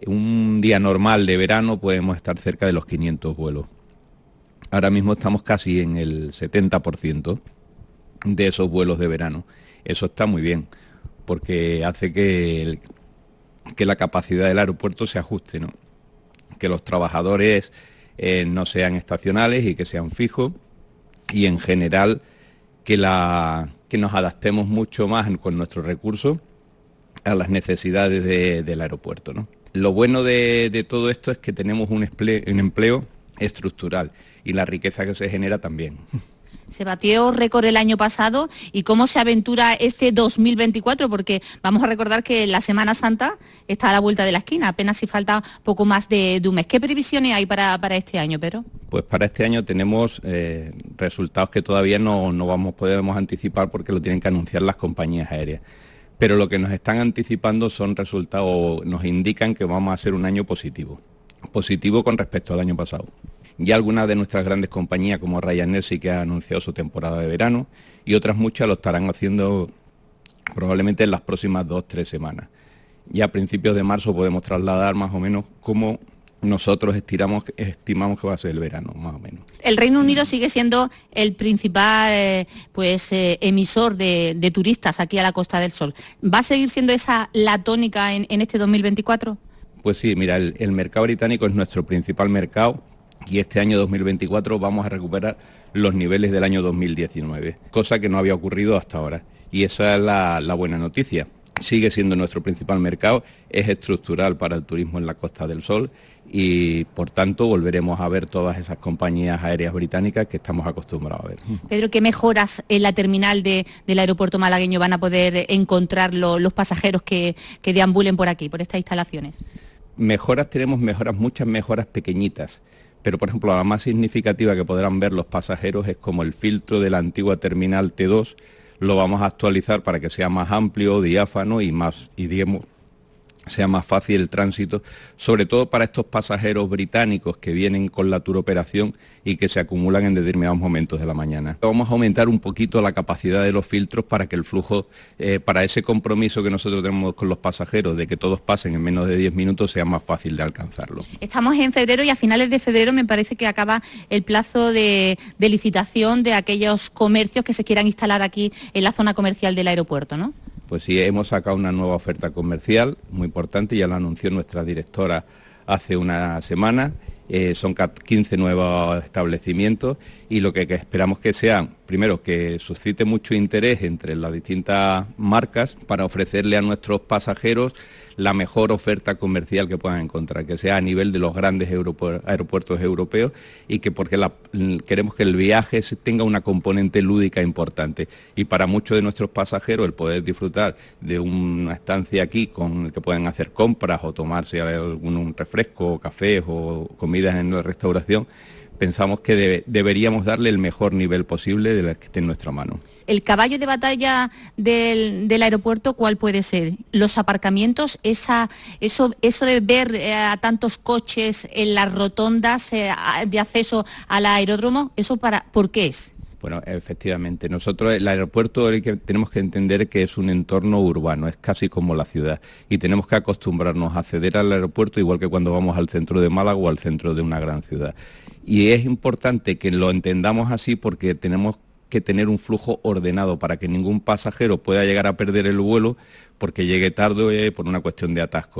Un día normal de verano podemos estar cerca de los quinientos vuelos. Ahora mismo estamos casi en el setenta por ciento de esos vuelos de verano. Eso está muy bien, porque hace que, el, que la capacidad del aeropuerto se ajuste, ¿no? Que los trabajadores eh, no sean estacionales y que sean fijos, y en general que, la, que nos adaptemos mucho más con nuestros recursos a las necesidades de, del aeropuerto, ¿no? Lo bueno de, de todo esto es que tenemos un empleo, un empleo estructural, y la riqueza que se genera también. Se batió récord el año pasado, y cómo se aventura este dos mil veinticuatro, porque vamos a recordar que la Semana Santa está a la vuelta de la esquina, apenas si falta poco más de, de un mes. ¿Qué previsiones hay para, para este año, Pedro? Pues para este año tenemos eh, resultados que todavía no, no vamos, podemos anticipar, porque lo tienen que anunciar las compañías aéreas. Pero lo que nos están anticipando son resultados, nos indican que vamos a ser un año positivo, positivo con respecto al año pasado. Ya algunas de nuestras grandes compañías, como Ryanair, sí que ha anunciado su temporada de verano, y otras muchas lo estarán haciendo probablemente en las próximas dos, tres semanas. Ya a principios de marzo podemos trasladar más o menos cómo nosotros estiramos, estimamos que va a ser el verano, más o menos. El Reino Unido sigue siendo el principal eh, pues, eh, emisor de, de turistas aquí a la Costa del Sol. ¿Va a seguir siendo esa la tónica en, en este dos mil veinticuatro? Pues sí, mira, el, el mercado británico es nuestro principal mercado, y este año dos mil veinticuatro vamos a recuperar los niveles del año dos mil diecinueve, cosa que no había ocurrido hasta ahora, y esa es la, la buena noticia. Sigue siendo nuestro principal mercado, es estructural para el turismo en la Costa del Sol, y por tanto volveremos a ver todas esas compañías aéreas británicas que estamos acostumbrados a ver. Pedro, ¿qué mejoras en la terminal de, del aeropuerto malagueño van a poder encontrar lo, los pasajeros que, que deambulen por aquí, por estas instalaciones? Mejoras, tenemos mejoras, muchas mejoras pequeñitas, pero por ejemplo la más significativa que podrán ver los pasajeros es como el filtro de la antigua terminal T dos, lo vamos a actualizar para que sea más amplio, diáfano y más, y digamos, sea más fácil el tránsito, sobre todo para estos pasajeros británicos que vienen con la turoperación y que se acumulan en determinados momentos de la mañana. Vamos a aumentar un poquito la capacidad de los filtros para que el flujo, eh, para ese compromiso que nosotros tenemos con los pasajeros de que todos pasen en menos de diez minutos, sea más fácil de alcanzarlo. Estamos en febrero, y a finales de febrero me parece que acaba el plazo de, de licitación de aquellos comercios que se quieran instalar aquí en la zona comercial del aeropuerto, ¿no? Pues sí, hemos sacado una nueva oferta comercial muy importante, ya la anunció nuestra directora hace una semana, eh, son quince nuevos establecimientos, y lo que, que esperamos que sean, primero, que suscite mucho interés entre las distintas marcas para ofrecerle a nuestros pasajeros la mejor oferta comercial que puedan encontrar, que sea a nivel de los grandes aeropuertos europeos, y que porque la, queremos que el viaje tenga una componente lúdica importante, y para muchos de nuestros pasajeros el poder disfrutar de una estancia aquí con el que pueden hacer compras o tomarse algún un refresco, cafés o comidas en la restauración, pensamos que debe, deberíamos darle el mejor nivel posible de la que esté en nuestra mano. El caballo de batalla del, del aeropuerto, ¿cuál puede ser? Los aparcamientos, esa, eso, eso de ver eh, a tantos coches en las rotondas eh, de acceso al aeródromo, ¿eso para, por qué es? Bueno, efectivamente, nosotros el aeropuerto el que tenemos que entender que es un entorno urbano, es casi como la ciudad, y tenemos que acostumbrarnos a acceder al aeropuerto igual que cuando vamos al centro de Málaga o al centro de una gran ciudad. Y es importante que lo entendamos así, porque tenemos que tener un flujo ordenado para que ningún pasajero pueda llegar a perder el vuelo porque llegue tarde por una cuestión de atascos.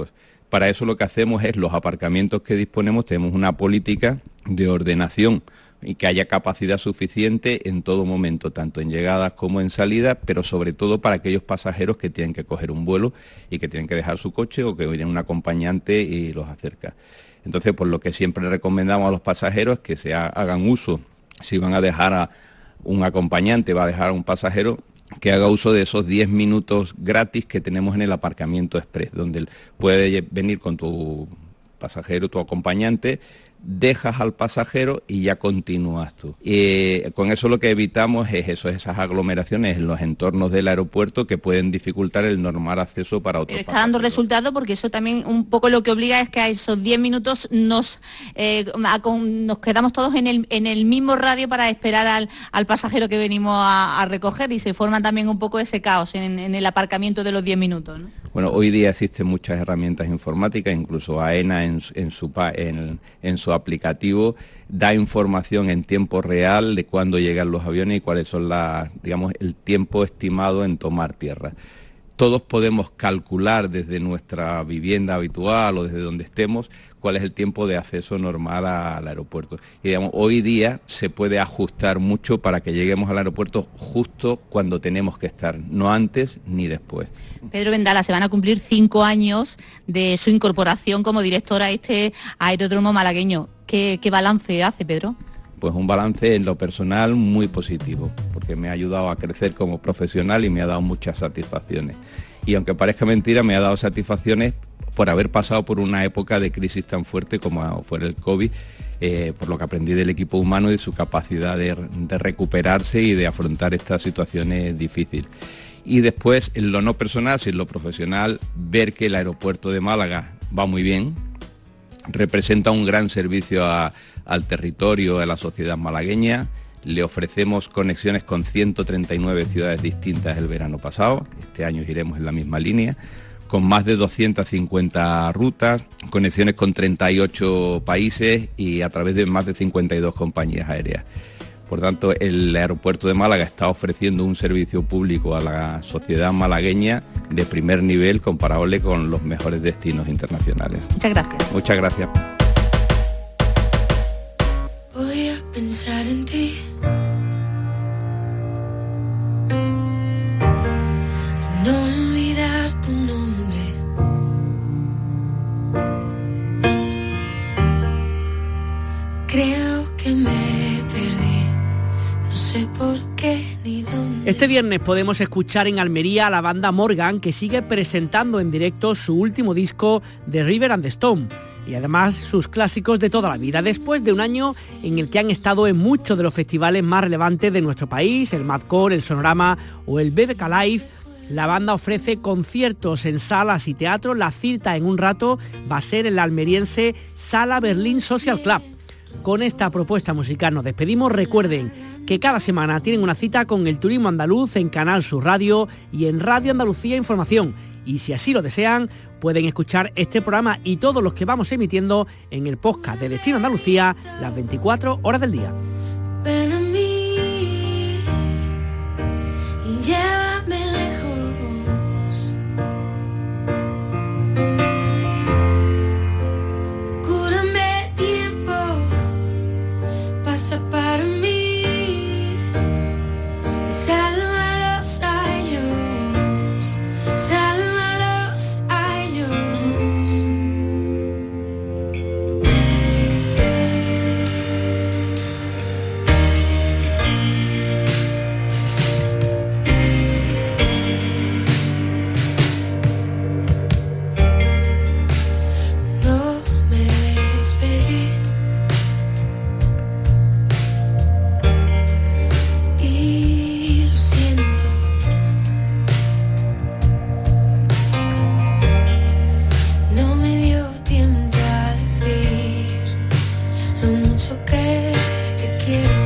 Para eso lo que hacemos es, los aparcamientos que disponemos, tenemos una política de ordenación y que haya capacidad suficiente en todo momento, tanto en llegadas como en salidas, pero sobre todo para aquellos pasajeros que tienen que coger un vuelo y que tienen que dejar su coche o que viene un acompañante y los acerca. Entonces, pues lo que siempre recomendamos a los pasajeros es que se hagan uso, si van a dejar a un acompañante, va a dejar a un pasajero, que haga uso de esos diez minutos gratis que tenemos en el aparcamiento express, donde puede venir con tu pasajero, tu acompañante, dejas al pasajero y ya continúas tú. Y con eso lo que evitamos es eso, esas aglomeraciones en los entornos del aeropuerto que pueden dificultar el normal acceso para otros. Pero está dando resultado, porque eso también un poco lo que obliga es que a esos diez minutos nos eh, a, con, nos quedamos todos en el, en el mismo radio para esperar al, al pasajero que venimos a, a recoger, y se forma también un poco ese caos en, en el aparcamiento de los diez minutos, ¿no? Bueno, hoy día existen muchas herramientas informáticas, incluso AENA en, en, su, en, en su aplicativo da información en tiempo real de cuándo llegan los aviones y cuáles son las, digamos, el tiempo estimado en tomar tierra. Todos podemos calcular desde nuestra vivienda habitual o desde donde estemos cuál es el tiempo de acceso normal al aeropuerto. Y digamos, hoy día se puede ajustar mucho para que lleguemos al aeropuerto justo cuando tenemos que estar, no antes ni después. Pedro Vendala, se van a cumplir cinco años de su incorporación como director a este aeródromo malagueño. ¿Qué, qué balance hace, Pedro? Pues un balance en lo personal muy positivo, porque me ha ayudado a crecer como profesional y me ha dado muchas satisfacciones. Y aunque parezca mentira, me ha dado satisfacciones por haber pasado por una época de crisis tan fuerte como fue el COVID, eh, por lo que aprendí del equipo humano y de su capacidad de, de recuperarse y de afrontar estas situaciones difíciles. Y después, en lo no personal, si en lo profesional, ver que el aeropuerto de Málaga va muy bien, representa un gran servicio a, al territorio, a la sociedad malagueña. Le ofrecemos conexiones con ciento treinta y nueve ciudades distintas el verano pasado, este año iremos en la misma línea, con más de doscientas cincuenta rutas, conexiones con treinta y ocho países y a través de más de cincuenta y dos compañías aéreas. Por tanto, el aeropuerto de Málaga está ofreciendo un servicio público a la sociedad malagueña de primer nivel, comparable con los mejores destinos internacionales. Muchas gracias. Muchas gracias. Voy a pensar en ti. No olvidar tu nombre. Creo que me perdí. No sé por qué ni dónde. Este viernes podemos escuchar en Almería a la banda Morgan, que sigue presentando en directo su último disco, The River and the Stone, y además sus clásicos de toda la vida, después de un año en el que han estado en muchos de los festivales más relevantes de nuestro país, el Madcore, el Sonorama o el B B K Live. La banda ofrece conciertos en salas y teatros. La cita en un rato va a ser en la almeriense Sala Berlín Social Club. Con esta propuesta musical nos despedimos. Recuerden que cada semana tienen una cita con el turismo andaluz en Canal Sur Radio y en Radio Andalucía Información. Y si así lo desean, pueden escuchar este programa y todos los que vamos emitiendo en el podcast de Destino Andalucía las veinticuatro horas del día. Ven a mí y llévame lejos. Cúrame tiempo, pasa para mí. Salva los años, salva los años. No me despedí y lo siento. No me dio tiempo a decir lo mucho que te quiero.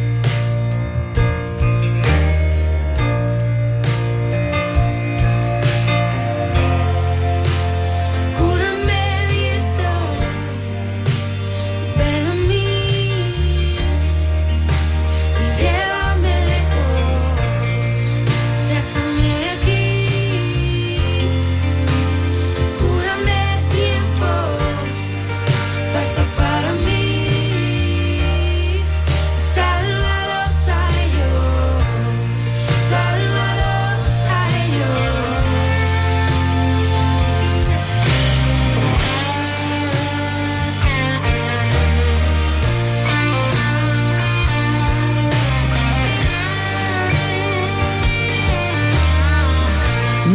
Cúrame viento, ven a mí y llévame lejos, sácame de aquí. Cúrame tiempo.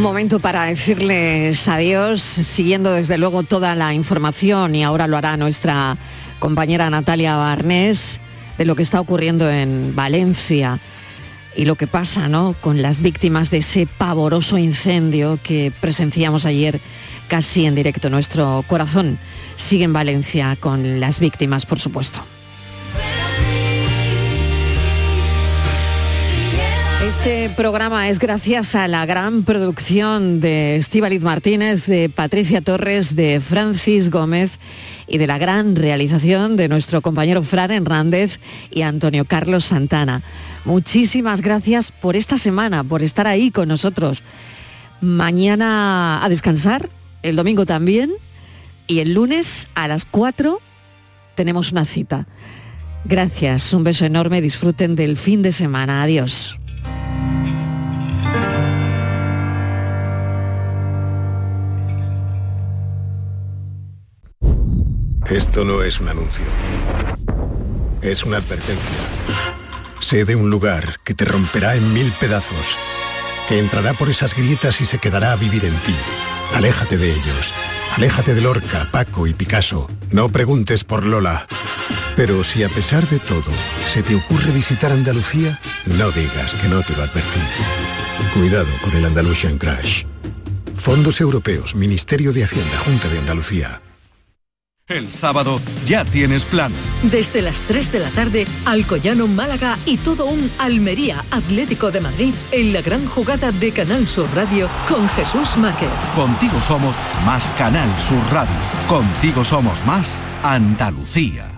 Momento para decirles adiós, siguiendo desde luego toda la información, y ahora lo hará nuestra compañera Natalia Barnés, de lo que está ocurriendo en Valencia y lo que pasa, ¿no?, con las víctimas de ese pavoroso incendio que presenciamos ayer casi en directo. Nuestro corazón sigue en Valencia con las víctimas, por supuesto. Este programa es gracias a la gran producción de Estíbaliz Martínez, de Patricia Torres, de Francis Gómez y de la gran realización de nuestro compañero Fran Hernández y Antonio Carlos Santana. Muchísimas gracias por esta semana, por estar ahí con nosotros. Mañana a descansar, el domingo también, y el lunes a las cuatro tenemos una cita. Gracias, un beso enorme, disfruten del fin de semana. Adiós. Esto no es un anuncio. Es una advertencia. Sé de un lugar que te romperá en mil pedazos, que entrará por esas grietas y se quedará a vivir en ti. Aléjate de ellos. Aléjate de Lorca, Paco y Picasso. No preguntes por Lola. Pero si a pesar de todo se te ocurre visitar Andalucía, no digas que no te lo advertí. Cuidado con el Andalusian Crash. Fondos Europeos, Ministerio de Hacienda, Junta de Andalucía. El sábado ya tienes plan. Desde las tres de la tarde, Alcoyano, Málaga y todo un Almería Atlético de Madrid en la gran jugada de Canal Sur Radio con Jesús Márquez. Contigo somos más Canal Sur Radio. Contigo somos más Andalucía.